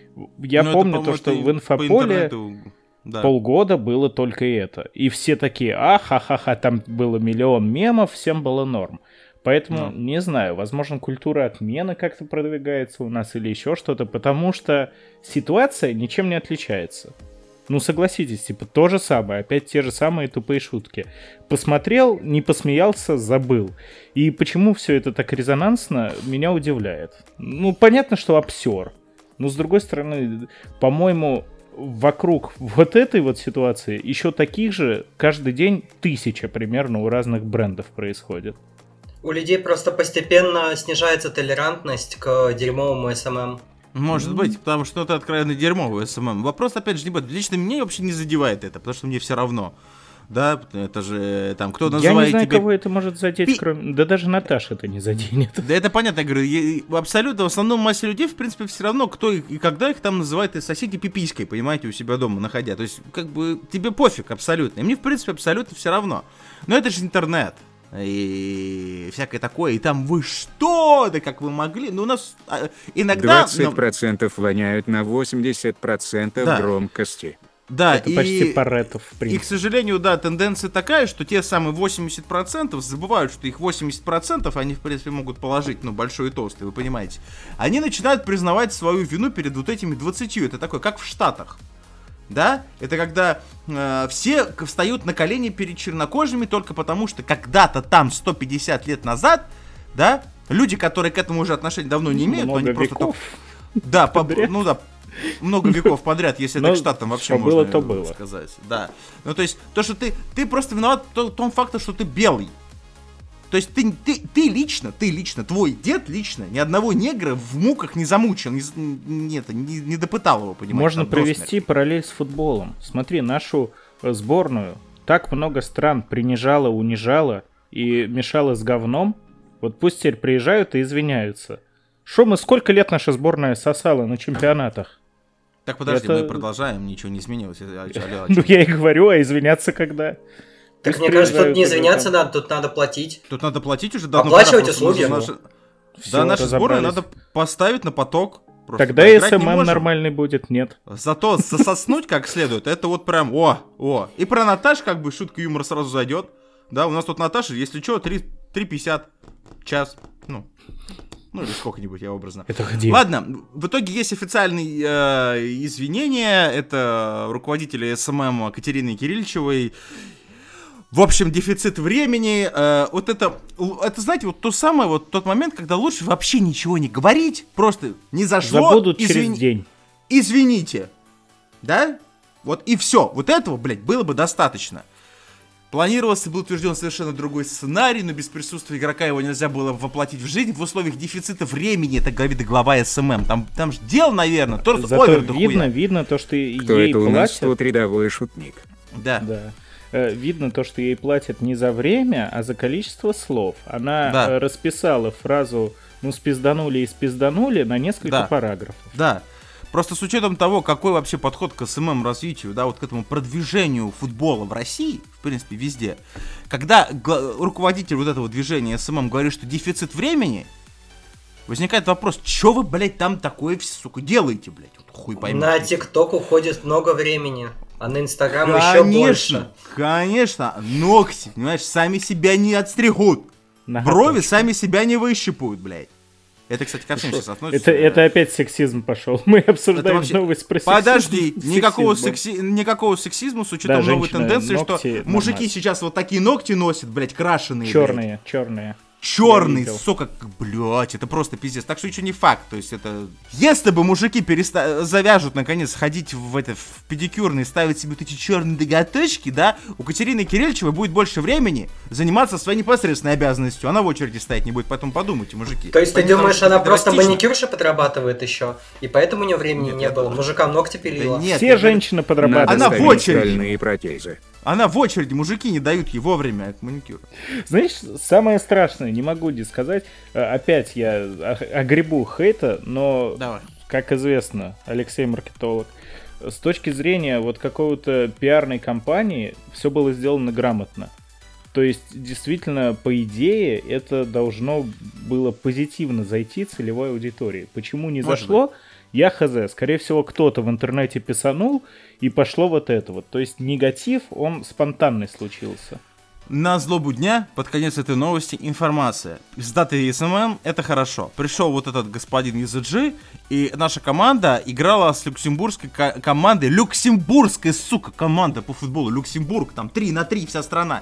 Я Ну, это, помню по-моему, то, что это и в по инфополе... интернету, да. Полгода было только это. И все такие, а-ха-ха-ха, там было миллион мемов, всем было норм. Поэтому, Ну. не знаю, возможно, культура отмены как-то продвигается у нас или еще что-то, потому что ситуация ничем не отличается. Ну, согласитесь, типа, то же самое, опять те же самые тупые шутки. Посмотрел, не посмеялся, забыл. И почему все это так резонансно, меня удивляет. Ну, понятно, что обсер. Но, с другой стороны, по-моему, вокруг вот этой вот ситуации еще таких же каждый день тысяча примерно у разных брендов происходит. У людей просто постепенно снижается толерантность к дерьмовому эс эм эм. Может быть, потому что это откровенно дерьмовый эс эм эм. Вопрос, опять же, не будет. Лично меня вообще не задевает это, потому что мне все равно. Да, это же там, кто называет Я не знаю, тебя... кого это может задеть, Пи- кроме... Да даже Наташа это не заденет. Да это понятно, я говорю, я- абсолютно, в основном массе людей, в принципе, все равно, кто и и когда их там называет и соседи пиписькой, понимаете, у себя дома находя. То есть, как бы, тебе пофиг абсолютно. И мне, в принципе, абсолютно все равно. Но это же интернет. И всякое такое. И там вы что? Да как вы могли? Ну, у нас а, иногда... двадцать процентов воняют на восемьдесят процентов Да. громкости. Да, Это и... почти Парето, в И, к принципе. сожалению, да, тенденция такая, что те самые восемьдесят процентов забывают, что их восемьдесят процентов они, в принципе, могут положить, ну, большой и толстый, вы понимаете. Они начинают признавать свою вину перед вот этими двадцатью. Это такое, как в Штатах. Да? Это когда э, все к- встают на колени перед чернокожими только потому, что когда-то там, сто пятьдесят лет назад, да, люди, которые к этому уже отношения давно не имеют, но Много они просто веков. только- Да, по- подряд. ну да, много веков подряд, если это Ну, к Штатам вообще что можно было, то было. сказать. Да. Ну, то есть, то, что ты, ты просто виноват в то- том факте, что ты белый. То есть ты, ты, ты лично, ты лично, твой дед лично ни одного негра в муках не замучил, не, з- не, это, не, не допытал его, понимаете? Можно там, до провести смерти. параллель с футболом. Смотри, нашу э, сборную так много стран принижало, унижало и мешало с говном. Вот пусть теперь приезжают и извиняются. Шо мы, сколько лет наша сборная сосала на чемпионатах? Так, подожди, это- мы продолжаем, ничего не изменилось. А, чё, алло, а Ну чё? я и говорю, а извиняться когда? Так Пусть мне кажется, тут приезжают не уже извиняться там. надо, тут надо платить. Тут надо платить уже давно. Оплачивать пора, просто услуги. нужно наше- Всё, Да, нашу сборную разобрались. надо поставить на поток. Просто Тогда и поиграть не СММ можем. нормальный будет, нет. Зато засоснуть как следует, это вот прям о, о. И про Наташ как бы шутка юмора сразу зайдет. Да, у нас тут Наташа, если что, три пятьдесят час. Ну, ну или сколько-нибудь, я образно. Это где? Ладно, в итоге есть официальные э, извинения. Это руководители СММ Катерины Кирильчевой. В общем, дефицит времени. Э, вот это, это, знаете, вот то самое, вот тот момент, когда лучше вообще ничего не говорить. Просто не зашло. Забудут через извини- день. Извините. Да? Вот и все. Вот этого, блядь, было бы достаточно. Планировался, был утвержден совершенно другой сценарий, но без присутствия игрока его нельзя было воплотить в жизнь в условиях дефицита времени. Это говорит глава СММ. Там, там ж дел, наверное, только Зато овер до видно, хуя. видно то, что и- Кто ей это у нас платят. тут рядовой шутник? Да. Да. Э, Видно то, что ей платят не за время, а за количество слов. Она Да. э, расписала фразу «ну спизданули и спизданули» на несколько Да. параграфов. Да. Просто с учетом того, какой вообще подход к СММ развитию, да, вот к этому продвижению футбола в России, в принципе, везде, когда гла- руководитель вот этого движения СММ говорит, что дефицит времени, возникает вопрос, что вы, блядь, там такое, сука, делаете, блядь, вот хуй пойми. На ТикТок уходит много времени, а на Инстаграм еще больше. Конечно, конечно, ногти, понимаешь, сами себя не отстригут, Ноготочки. брови сами себя не выщипают, блядь. Это, кстати, ко всем сейчас относится. Это, это опять сексизм пошел. Мы обсуждаем вообще- новость про сексизм. Подожди, с никакого, сексизмом. секси... никакого сексизма с учетом Да, новой женщины, тенденции, ногти что мужики нормально. сейчас вот такие ногти носят, блядь, крашеные. Черные, черные. Черный, Я видел. сука, блядь, это просто пиздец. Так что еще не факт, то есть это... Если бы мужики переста... завяжут, наконец, ходить в, это, в педикюрный, ставить себе вот эти черные ноготочки, да, у Катерины Кирильчевой будет больше времени заниматься своей непосредственной обязанностью. Она в очереди стоять не будет, поэтому подумайте, мужики. То есть ты Помимо думаешь, того, что она это просто эгоистично- маникюрша подрабатывает еще, и поэтому у нее времени Нет, не я было? думаю- Мужикам ногти Да пилила? нет, Все я говорю, женщины Надо подрабатывают. Она в ставить очереди. стальные протезы. она в очереди, мужики не дают ей вовремя к маникюру. Знаешь, самое страшное, не могу не сказать, э, опять я о- огребу хейта, но, Давай. как известно, Алексей маркетолог, с точки зрения вот какого-то пиарной кампании все было сделано грамотно. То есть, действительно, по идее, это должно было позитивно зайти целевой аудитории. Почему не Может зашло? Я хз. Скорее всего, кто-то в интернете писанул, и пошло вот это вот. То есть, негатив, он спонтанный случился. На злобу дня, под конец этой новости, информация. С датой СММ это хорошо. Пришел вот этот господин из и джи, и наша команда играла с люксембургской ко- командой. Люксембургская, сука, команда по футболу. Люксембург, там три на три вся страна.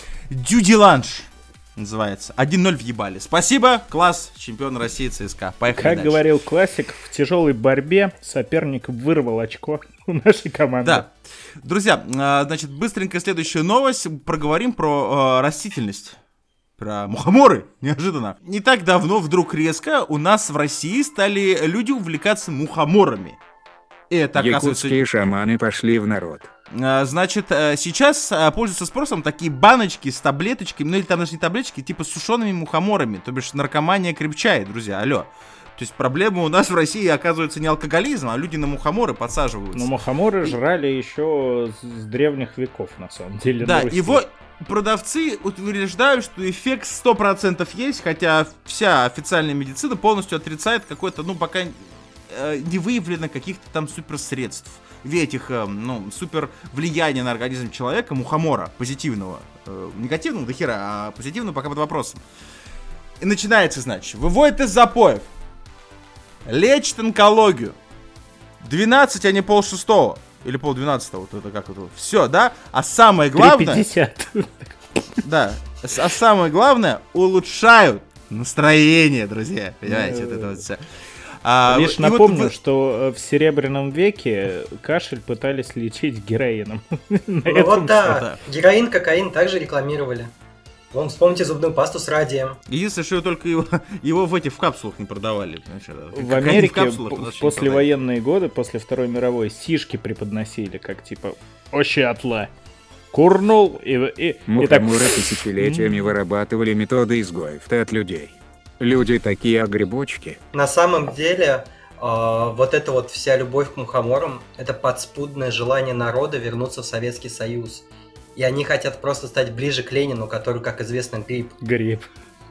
Дюдиланж называется. один ноль въебали. Спасибо, класс, чемпион России ЦСКА. Поехали Как дальше. говорил классик, в тяжелой борьбе соперник вырвал очко у нашей команды. Да. Друзья, а, значит, быстренько следующая новость. Проговорим про а, растительность. Про мухоморы, неожиданно. Не так давно вдруг резко у нас в России стали люди увлекаться мухоморами. И это, оказывается, Якутские шаманы пошли в народ. а, значит, а, сейчас а, пользуются спросом такие баночки с таблеточками, ну или там даже не таблеточки, типа с сушеными мухоморами. То бишь наркомания крепчает, друзья, алло. То есть проблема у нас в России, оказывается, не алкоголизм, а люди на мухоморы подсаживаются. Но мухоморы жрали еще с древних веков, на самом деле. Да, новости. его продавцы утверждают, что эффект сто процентов есть, хотя вся официальная медицина полностью отрицает какой-то, ну, пока э, не выявлено каких-то там суперсредств, этих, э, ну, супер влияния на организм человека, мухомора, позитивного. Э, негативного до хера, а позитивного пока под вопросом. И начинается, значит, выводит из запоев, лечит онкологию. двенадцать, а не пол шестого. Или пол двенадцатого, вот это как это. Все, да? А самое главное... три пятьдесят. Да. А самое главное, улучшают настроение, друзья. Понимаете, вот это вот все. А, Лишь напомню, вот вы... что в Серебряном веке кашель пытались лечить героином. Ну вот да, героин, кокаин также рекламировали. Вон, вспомните зубную пасту с радием. Единственное, что только его, его в этих в капсулах не продавали. В Америке в капсулах, в послевоенные годы, после Второй мировой, сишки преподносили, как типа «Ощатла». Курнул и... и, Мухоморы и так... тысячелетиями вырабатывали методы изгоев от людей. Люди такие огребочки. На самом деле, э, вот эта вот вся любовь к мухоморам, это подспудное желание народа вернуться в Советский Союз. И они хотят просто стать ближе к Ленину, который, как известно, гриб. Гриб.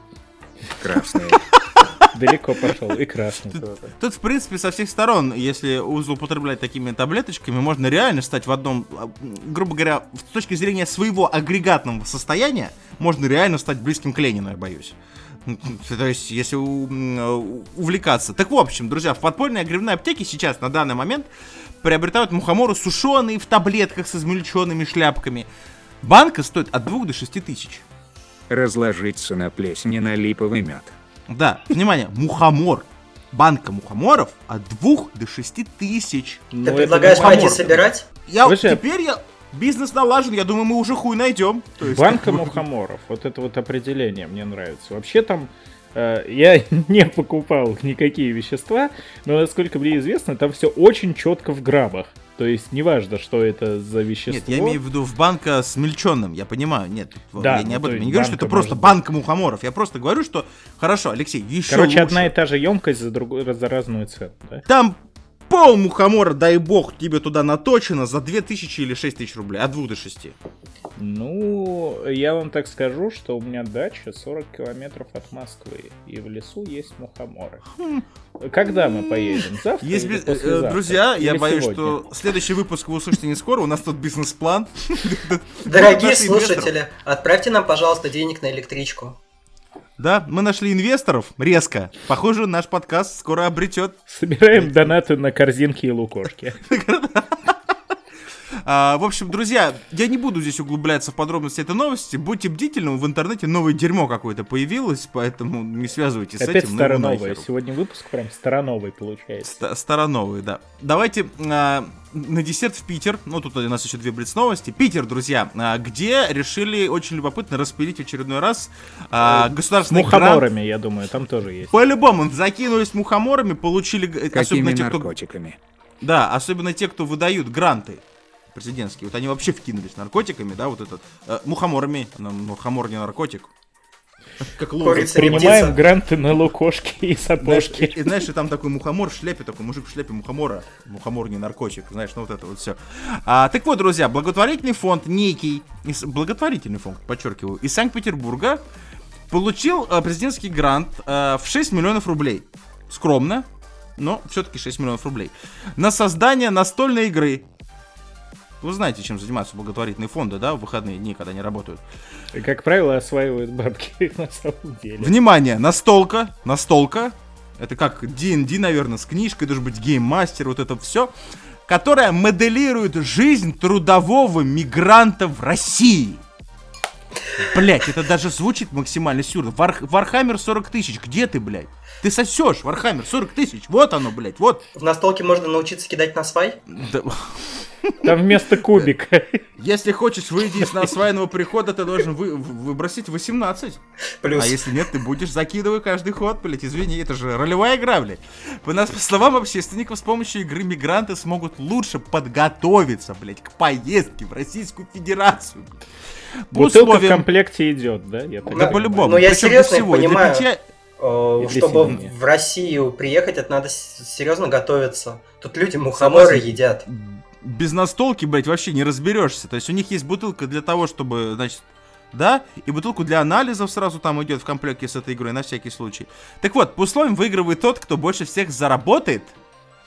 Красный. Далеко пошел, и красный. Тут, тут, в принципе, со всех сторон, если злоупотреблять такими таблеточками, можно реально стать в одном, грубо говоря, с точки зрения своего агрегатного состояния, можно реально стать близким к Ленину, я боюсь. То есть, если увлекаться. Так, в общем, друзья, в подпольной грибной аптеке сейчас, на данный момент, приобретают мухоморы сушеные в таблетках с измельченными шляпками. Банка стоит от двух до шести тысяч. Разложиться на плесени на липовый мед. Да, внимание, мухомор. Банка мухоморов от двух до шести тысяч. Ты ну, предлагаешь пойти собирать? Я, Слушай, теперь я... Бизнес налажен, я думаю, мы уже хуй найдем. То есть, банка мухоморов, вот это вот определение мне нравится. Вообще там э, я не покупал никакие вещества, но, насколько мне известно, там все очень четко в граммах. То есть неважно, что это за вещество. Нет, я имею в виду в банка с мельченным, я понимаю. Нет, да, я не об этом. Я не говорю, что это просто быть. банка мухоморов. Я просто говорю, что хорошо, Алексей, еще Короче, лучше. одна и та же емкость за, другую, за разную цену, да? Там пол мухомора, дай бог, тебе туда наточено за две тысячи или шесть тысяч рублей. От двух до шести. Ну, я вам так скажу, что у меня дача сорок километров от Москвы. И в лесу есть мухоморы. Хм. Когда мы поедем? Завтра есть или би... послезавтра? Друзья, или я боюсь, сегодня? что следующий выпуск вы услышите не скоро. У нас тут бизнес-план. Дорогие слушатели, отправьте нам, пожалуйста, денег на электричку. Да, мы нашли инвесторов резко. Похоже, наш подкаст скоро обретет. Собираем донаты на корзинки и лукошки. А, в общем, друзья, я не буду здесь углубляться в подробности этой новости. Будьте бдительны, в интернете новое дерьмо какое-то появилось, поэтому не связывайтесь Опять с этим. Опять староновое. Сегодня выпуск прям староновый получается. Ст- староновый, да. Давайте а, на десерт в Питер. Ну, тут у нас еще две блиц-новости. Питер, друзья, а, где решили очень любопытно распилить в очередной раз а, государственный грант. С мухоморами, грант. Я думаю, там тоже есть. По-любому, закинулись мухоморами, получили... Какими особенно те, наркотиками? Кто, да, особенно те, кто выдают гранты президентские. Вот они вообще вкинулись наркотиками, да, вот этот, э, мухоморами, мухомор не наркотик. Как принимаем гранты на лукошки и сапожки. Знаешь, и, и знаешь, и там такой мухомор в шляпе, такой мужик в шляпе мухомора, мухомор не наркотик, знаешь, ну вот это вот все. А, так вот, друзья, благотворительный фонд некий, из, благотворительный фонд, подчеркиваю, из Санкт-Петербурга получил э, президентский грант э, в шесть миллионов рублей. Скромно, но все-таки шесть миллионов рублей. На создание настольной игры. Вы знаете, чем занимаются благотворительные фонды, да, в выходные дни, когда они работают. И, как правило, осваивают бабки на самом деле. Внимание, настолка, настолка, это как ди энд ди, наверное, с книжкой, должен быть гейммастер, вот это все, которая моделирует жизнь трудового мигранта в России. Блять, это даже звучит максимально сюрно. Вар, Вархаммер сорок тысяч, где ты, блядь? Ты сосешь, Вархаммер сорок тысяч, вот оно, блядь, вот. В настолке можно научиться кидать на свай? Да. Там вместо кубика. Если хочешь выйти из осваянного прихода, ты должен вы, выбросить восемнадцать. Плюс. А если нет, ты будешь закидывать каждый ход, блядь, извини, это же ролевая игра, блядь. По, нас, по словам общественников, с помощью игры мигранты смогут лучше подготовиться, блядь, к поездке в Российскую Федерацию. Бутылка условиям... в комплекте идет, да? Я да, по-любому. Ну, я серьезно всего, понимаю. Питья... Чтобы в Россию приехать, это надо серьезно готовиться. Тут люди мухоморы едят. Без настолки, блядь, вообще не разберешься. То есть у них есть бутылка для того, чтобы, значит, да, и бутылку для анализов сразу там идет в комплекте с этой игрой, на всякий случай. Так вот, по условиям выигрывает тот, кто больше всех заработает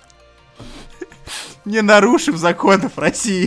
не нарушив законов России.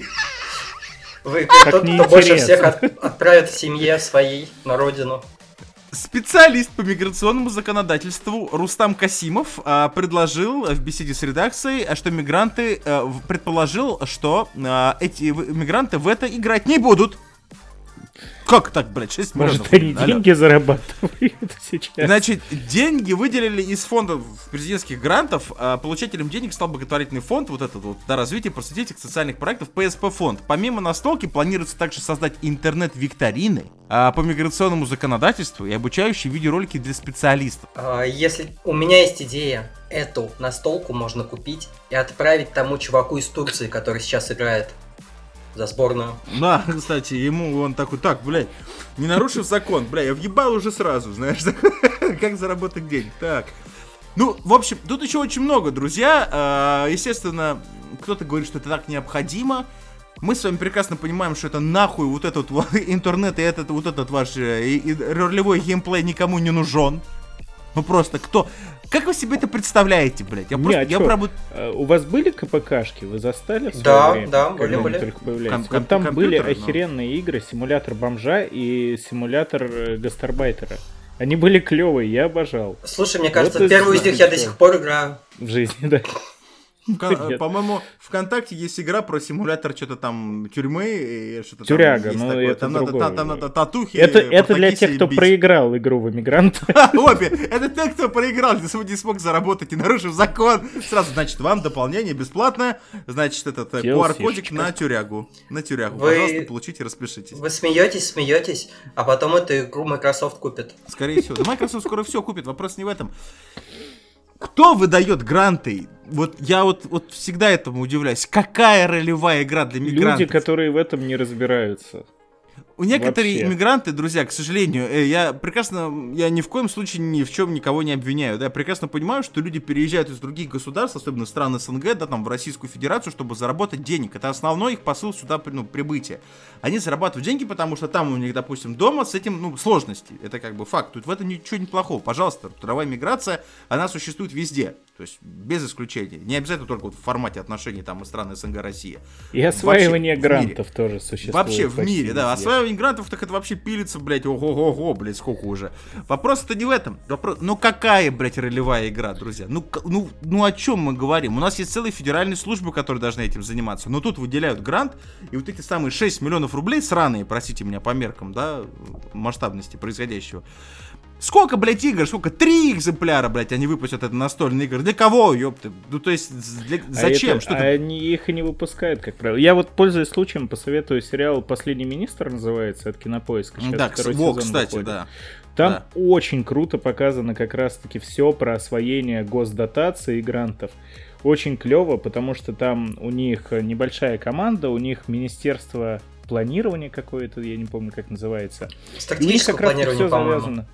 Вы Как тот, кто неинтересно. больше всех от- отправит семье своей на родину. Специалист по миграционному законодательству Рустам Касимов а, предложил в беседе с редакцией, а, что мигранты а, в- предположил, что а, эти в- мигранты в это играть не будут. Как так, блядь, шесть миллионов? Может, они Алло. деньги зарабатывают сейчас? Значит, деньги выделили из фонда президентских грантов. А получателем денег стал благотворительный фонд, вот этот вот, да, развитие просветительских социальных проектов, Пэ Эс Пэ фонд. Помимо настолки, планируется также создать интернет-викторины а, по миграционному законодательству и обучающие видеоролики для специалистов. А, Если у меня есть идея, эту настолку можно купить и отправить тому чуваку из Турции, который сейчас играет за сборную. Да, кстати, ему он такой, так, блядь, не нарушив закон, бля, я въебал уже сразу, знаешь, как заработать денег, так. Ну, в общем, тут еще очень много, друзья, а, естественно, кто-то говорит, что это так необходимо. Мы с вами прекрасно понимаем, что это нахуй вот этот вот интернет и этот вот этот ваш э, и- и ролевой геймплей никому не нужен. Ну просто кто... Как вы себе это представляете, блядь? Я Не, просто... а я чё? прям вот- А, У вас были КПКшки? Вы застали в своё Да, время? да, Когда были, они были. только появлялись? Ком- Вот ком- там были компьютеры, но- охеренные игры, симулятор бомжа и симулятор э, гастарбайтера. Они были клевые, я обожал. Слушай, мне кажется, Вот и первую из них я до всё. сих пор играю. В жизни, да. Вка- Нет. По-моему, ВКонтакте есть игра про симулятор что-то там тюрьмы и что-то Тюряга, там есть ну, такое. это Там надо, другое. та- там надо татухи. Это, это для портакисы тех, кто бить. проиграл игру в Эмигрант. Обе. Это те, кто проиграл, не смог, не смог заработать и нарушив закон. Сразу, значит, вам дополнение бесплатное. Значит, этот э, ку ар кодик Фишечка. на тюрягу. На тюрягу. Вы- Пожалуйста, получите, распишитесь. Вы смеетесь, смеетесь, а потом эту игру Microsoft купит. Скорее всего. Да Microsoft скоро все купит, вопрос не в этом. Кто выдает гранты? Вот я вот, вот всегда этому удивляюсь. Какая ролевая игра для мигрантов? Люди, которые в этом не разбираются. У некоторые Вообще. иммигранты, друзья, к сожалению, э, я прекрасно, я ни в коем случае ни в чем никого не обвиняю, да, я прекрасно понимаю, что люди переезжают из других государств, особенно стран эс эн гэ, да, там, в Российскую Федерацию, чтобы заработать денег. Это основной их посыл сюда, при- ну, прибытие. Они зарабатывают деньги, потому что там у них, допустим, дома с этим, ну, сложности. Это как бы факт. Тут в этом ничего не плохого. Пожалуйста, трудовая миграция, она существует везде. То есть, без исключения. Не обязательно только вот в формате отношений там и стран эс эн гэ Россия. И осваивание в мире. грантов тоже существует. Вообще в почти мире, да. везде. Осваивание грантов, так это вообще пилится, блядь, ого-го-го, блядь, сколько уже. Вопрос-то не в этом. Вопрос, ну какая, блядь, ролевая игра, друзья? Ну, к- ну, ну о чем мы говорим? У нас есть целые федеральные службы, которые должны этим заниматься. Но тут выделяют грант, и вот эти самые шесть миллионов рублей, сраные, простите меня, по меркам, да, масштабности происходящего. Сколько, блядь, игр? Сколько? Три экземпляра, блядь, они выпустят это настольные игры. Для кого, ёпты? Ну, то есть, для- А зачем? это- Что а ты... они их и не выпускают, как правило. Я вот, пользуясь случаем, посоветую сериал «Последний министр» называется, от Кинопоиска. Сейчас Да, второй во, сезон кстати, выходит. да. Там Да. очень круто показано как раз-таки все про освоение госдотаций и грантов. Очень клево, потому что там у них небольшая команда, у них министерство планирования какое-то, я не помню, как называется. И у них Стратегическое как раз планирование, все по-моему. завязано.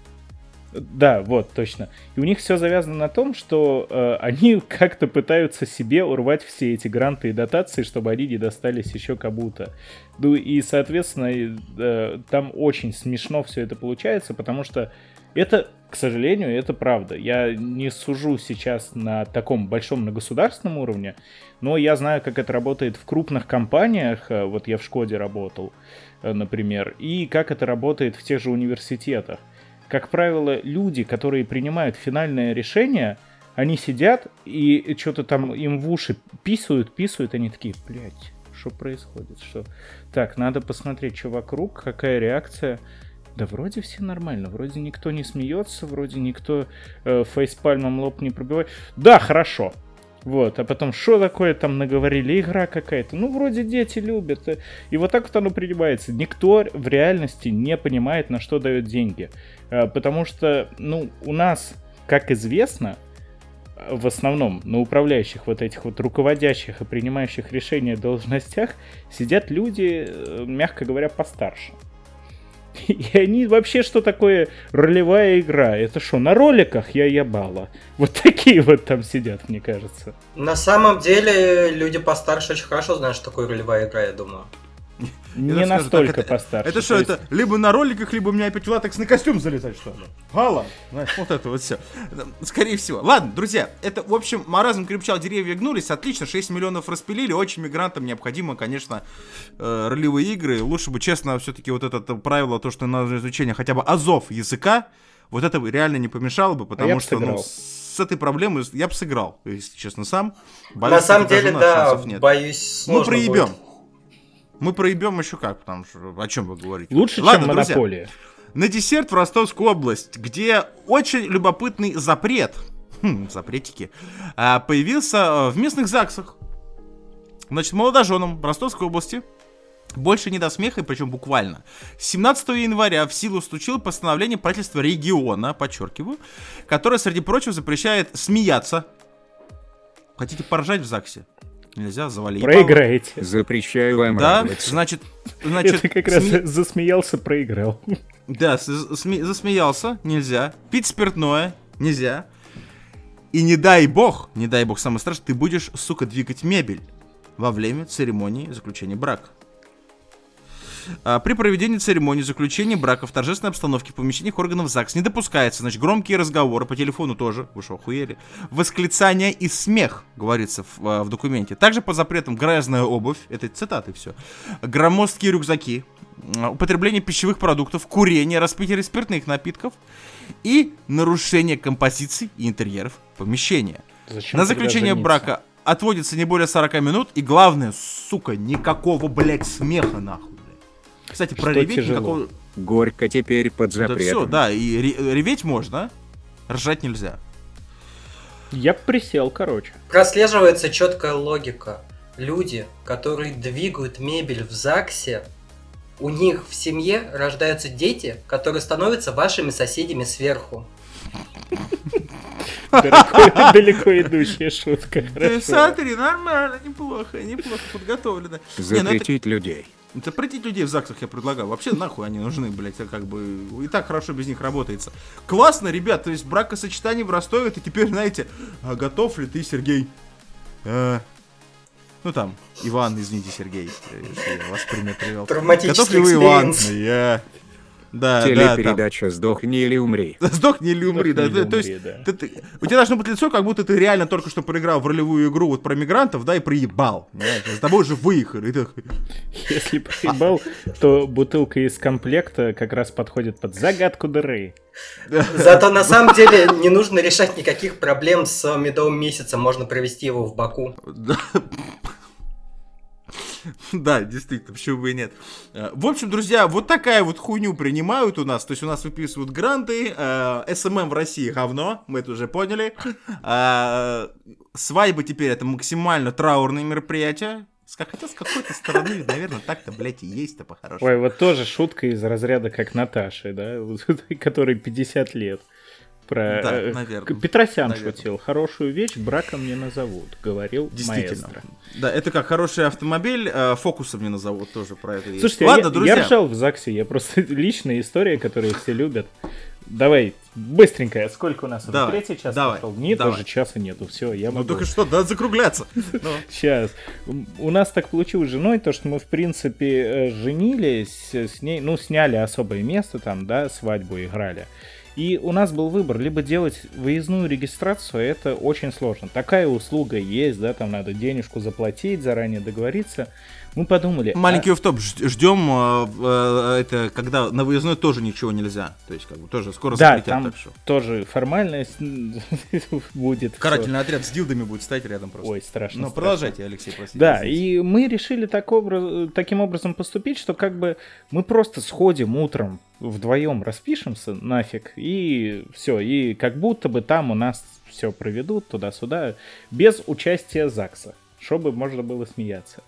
Да, вот, точно. И у них все завязано на том, что э, они как-то пытаются себе урвать все эти гранты и дотации, чтобы они не достались еще кому-то. Ну и, соответственно, э, там очень смешно все это получается, потому что это, к сожалению, это правда. Я не сужу сейчас на таком большом на государственном уровне, но я знаю, как это работает в крупных компаниях. Э, Вот я в Шкоде работал, э, например, и как это работает в тех же университетах. Как правило, люди, которые принимают финальное решение, они сидят и что-то там им в уши писают, писают, они такие, блядь, что происходит, что? Так, надо посмотреть, что вокруг, какая реакция. Да вроде все нормально, вроде никто не смеется, вроде никто э, фейспальмом лоб не пробивает. Да, хорошо. Вот, а потом, что такое там наговорили, игра какая-то, ну, вроде дети любят. И вот так вот оно принимается. Никто в реальности не понимает, на что дает деньги. Потому что, ну, у нас, как известно, в основном на управляющих вот этих вот руководящих и принимающих решения должностях сидят люди, мягко говоря, постарше. И они вообще, что такое ролевая игра? Это что, на роликах я ебала? Вот такие вот там сидят, мне кажется. На самом деле, люди постарше очень хорошо знают, что такое ролевая игра, я думаю. Не так скажу, настолько так, это- постарше. Это что, то есть- это либо на роликах, либо у меня опять в латексный костюм залезать, что ли? Гала, знаешь, вот это вот все. Скорее всего. Ладно, друзья, это, в общем, маразм крепчал, деревья гнулись, отлично, шесть миллионов распилили, очень мигрантам необходимо, конечно, э, ролевые игры. Лучше бы, честно, все-таки вот это правило, то, что надо изучение хотя бы азов языка, вот это реально не помешало бы, потому я бы что, ну, сыграл. с этой проблемой я бы сыграл, если честно, сам. Боюсь, На самом что даже деле, у нас да, шансов нет. боюсь, Мы сложно проебем. будет. Мы проебем еще как, потому что о чем вы говорите? Лучше, Ладно, чем друзья, Монополия. на десерт в Ростовскую область, где очень любопытный запрет, хм, запретики, а, появился в местных ЗАГСах. Значит, молодоженам в Ростовской области больше не до смеха, и причем буквально. С семнадцатого января в силу вступило постановление правительства региона, подчеркиваю, которое, среди прочего, запрещает смеяться. Хотите поржать в ЗАГСе? Нельзя, завали ебало. Проиграете. Запрещаю вам Да, радоваться. значит, значит, Это как раз сме- засмеялся, проиграл. Да, с- сме- засмеялся, нельзя. Пить спиртное, нельзя. И не дай бог, не дай бог, самое страшное, ты будешь, сука, двигать мебель во время церемонии заключения брака. А, при проведении церемонии заключения брака в торжественной обстановке в помещениях органов ЗАГС не допускается, значит, громкие разговоры, по телефону тоже, вы что, охуели? Восклицания и смех, говорится в, а, в документе. Также по запретам грязная обувь, это цитаты все, громоздкие рюкзаки, а, употребление пищевых продуктов, курение, распитие спиртных напитков и нарушение композиций и интерьеров помещения. Зачем На тогда заключение жениться? брака отводится не более сорок минут, и главное, сука, никакого, блядь, смеха, нахуй, блядь. Кстати, Что про реветь тяжело? никакого... Горько теперь под Да запретом. все, да, и ре- реветь можно, ржать нельзя. Я б присел, короче. Прослеживается четкая логика. Люди, которые двигают мебель в ЗАГСе, у них в семье рождаются дети, которые становятся вашими соседями сверху. Далеко, далеко идущая шутка. Ты Хорошо. смотри, нормально, неплохо, неплохо подготовлено. Не, ну это- Запретить людей. Запретить людей в ЗАГСах я предлагаю. Вообще нахуй они нужны, блядь, а как бы и так хорошо без них работается. Классно, ребят, то есть бракосочетание в Ростове, это теперь, знаете, а готов ли ты, Сергей? Э, ну там, Иван, извините, Сергей, э, что я вас в пример привел. Травматический Готов ли вы, Иван? экспириенс. Я... Да, да, там. Телепередача «Сдохни или умри». Сдохни или умри, да. Сдохни или То есть, умри, да. ты- ты- у тебя должно быть лицо, как будто ты реально только что проиграл в ролевую игру вот про мигрантов, да, и проебал. Понимаете? За тобой же выехали. И ты такой, Если проебал, то бутылка из комплекта как раз подходит под загадку дыры. Зато на самом деле не нужно решать никаких проблем с медовым месяцем, можно провести его в Баку. Да. Да, действительно, почему бы и нет. Э, В общем, друзья, вот такая вот хуйню принимают у нас. То есть у нас выписывают гранты. э, эс эм эм в России говно, мы это уже поняли. Э, Свадьбы теперь это максимально траурные мероприятия. С как- Хотя с какой-то стороны, наверное, так-то, блядь, и есть-то по-хорошему. Ой, вот тоже шутка из разряда как Наташи, да, вот, которой пятьдесят лет. Про... Да, э, наверно. Петросян Наверно. шутил. Хорошую вещь браком не назовут, говорил Действительно. маэстро. Да, это как хороший автомобиль, э, фокусом не назовут тоже про это. есть. Слушайте, Ладно, я, друзья. я ржал в ЗАГСе, я просто личная история, которую все любят. Давай, быстренько, сколько у нас? уже Давай, третий час давай, пошел? Нет, давай. уже часа нету, все, я Ну могу. только что, надо закругляться. Ну. Сейчас. У нас так получилось с женой, то, что мы, в принципе, э, женились с ней, ну, сняли особое место там, да, свадьбу играли. И у нас был выбор, либо делать выездную регистрацию, это очень сложно. Такая услуга есть, да, там надо денежку заплатить, заранее договориться. Мы подумали... Маленький офф-топ, ждем, э, э, это когда на выездной тоже ничего нельзя. То есть, как бы, тоже скоро Да, запретят, там так что. тоже формальность будет. всё. Карательный отряд с дилдами будет стоять рядом просто. Ой, страшно. Ну, страшно. продолжайте, Алексей, простите. Да, извините. и мы решили так образ- таким образом поступить, что как бы мы просто сходим утром вдвоем, распишемся нафиг, и все, и как будто бы там у нас все проведут туда-сюда, без участия ЗАГСа, чтобы можно было смеяться.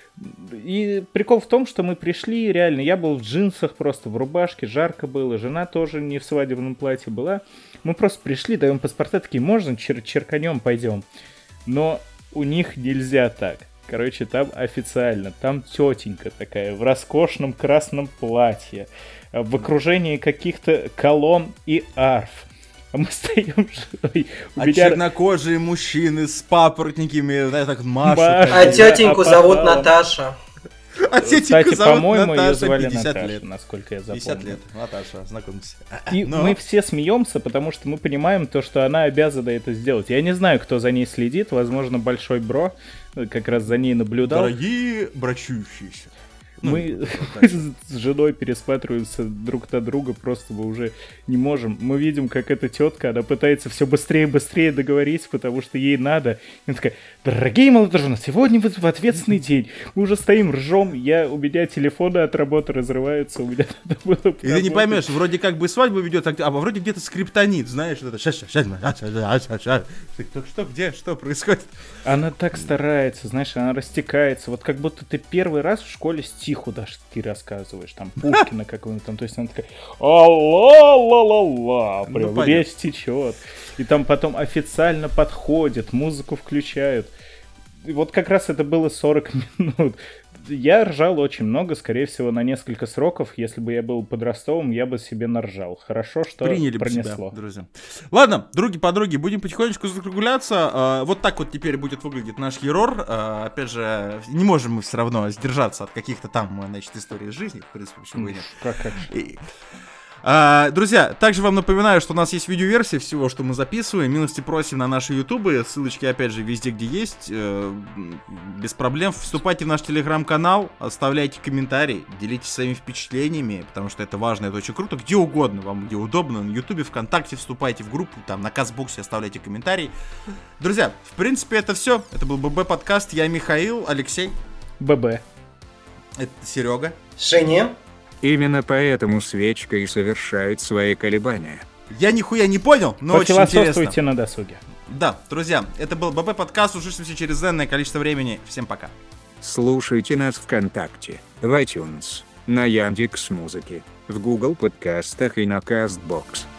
И прикол в том, что мы пришли, реально, я был в джинсах просто, в рубашке, жарко было, жена тоже не в свадебном платье была. Мы просто пришли, даем паспорта, такие, можно, чер- черканем, пойдем. Но у них нельзя так. Короче, там официально, там тетенька такая в роскошном красном платье, в окружении каких-то колонн и арф. А мы стоим, ой, у А меня- чернокожие мужчины с папоротниками, да, так машут. Машут. А Да, тетеньку а зовут попала. Наташа. А тетеньку Кстати, зовут по-моему, ее Наташа, звали пятьдесят Наташа, лет. насколько я запомнил. пятьдесят лет. Наташа, знакомься. И Но- мы все смеемся, потому что мы понимаем то, что она обязана это сделать. Я не знаю, кто за ней следит, возможно, Большой Бро как раз за ней наблюдал. Дорогие брачующиеся. Ну, Мы вот так. с женой пересматриваемся друг на друга, просто мы уже не можем. Мы видим, как эта тетка, она пытается все быстрее и быстрее договорить, потому что ей надо. И она такая: дорогие молодожены, сегодня в в ответственный день. Мы уже стоим, ржем, я, у меня телефоны от работы разрываются, у меня надо было И ты не поработать. поймешь, вроде как бы свадьбу ведет, а вроде где-то скриптонит, знаешь, вот это щас, щас, щас, щас, щас, щас, щас. Ты кто- Что, где, что происходит? Она так старается, знаешь, она растекается. Вот как будто ты первый раз в школе стих удашки рассказываешь. Там Пушкина какого-нибудь там. То есть она такая: а-ла-ла-ла-ла, Ну, прям понятно. речь течет. И там потом официально подходит, музыку включают. И вот как раз это было сорок минут. Я ржал очень много, скорее всего, на несколько сроков. Если бы я был подростковым, я бы себе наржал. Хорошо, что Приняли бы пронесло. себя, друзья. Ладно, други подруги, будем потихонечку закругляться. А, Вот так вот теперь будет выглядеть наш ерор. А, Опять же, не можем мы все равно сдержаться от каких-то там, значит, историй из жизни. В принципе, почему и нет. Как, как? И- А, Друзья, также вам напоминаю, что у нас есть видеоверсия всего, что мы записываем. Милости просим на наши ютубы. Ссылочки, опять же, везде, где есть. Э, Без проблем. Вступайте в наш телеграм-канал, оставляйте комментарии, делитесь своими впечатлениями, потому что это важно, это очень круто. Где угодно, вам где удобно. На ютубе, ВКонтакте вступайте в группу, там на Казбоксе оставляйте комментарии. Друзья, в принципе, это все. Это был ББ подкаст. Я Михаил, Алексей, ББ. это Серега. Женя, Именно поэтому свечка и совершает свои колебания. Я нихуя не понял, но очень интересно. Пофилософствуйте на досуге. Да, друзья, это был ББ подкаст. Услышимся через энное количество времени. Всем пока. Слушайте нас ВКонтакте, в iTunes, на Яндекс.Музыке, в Google подкастах и на Castbox.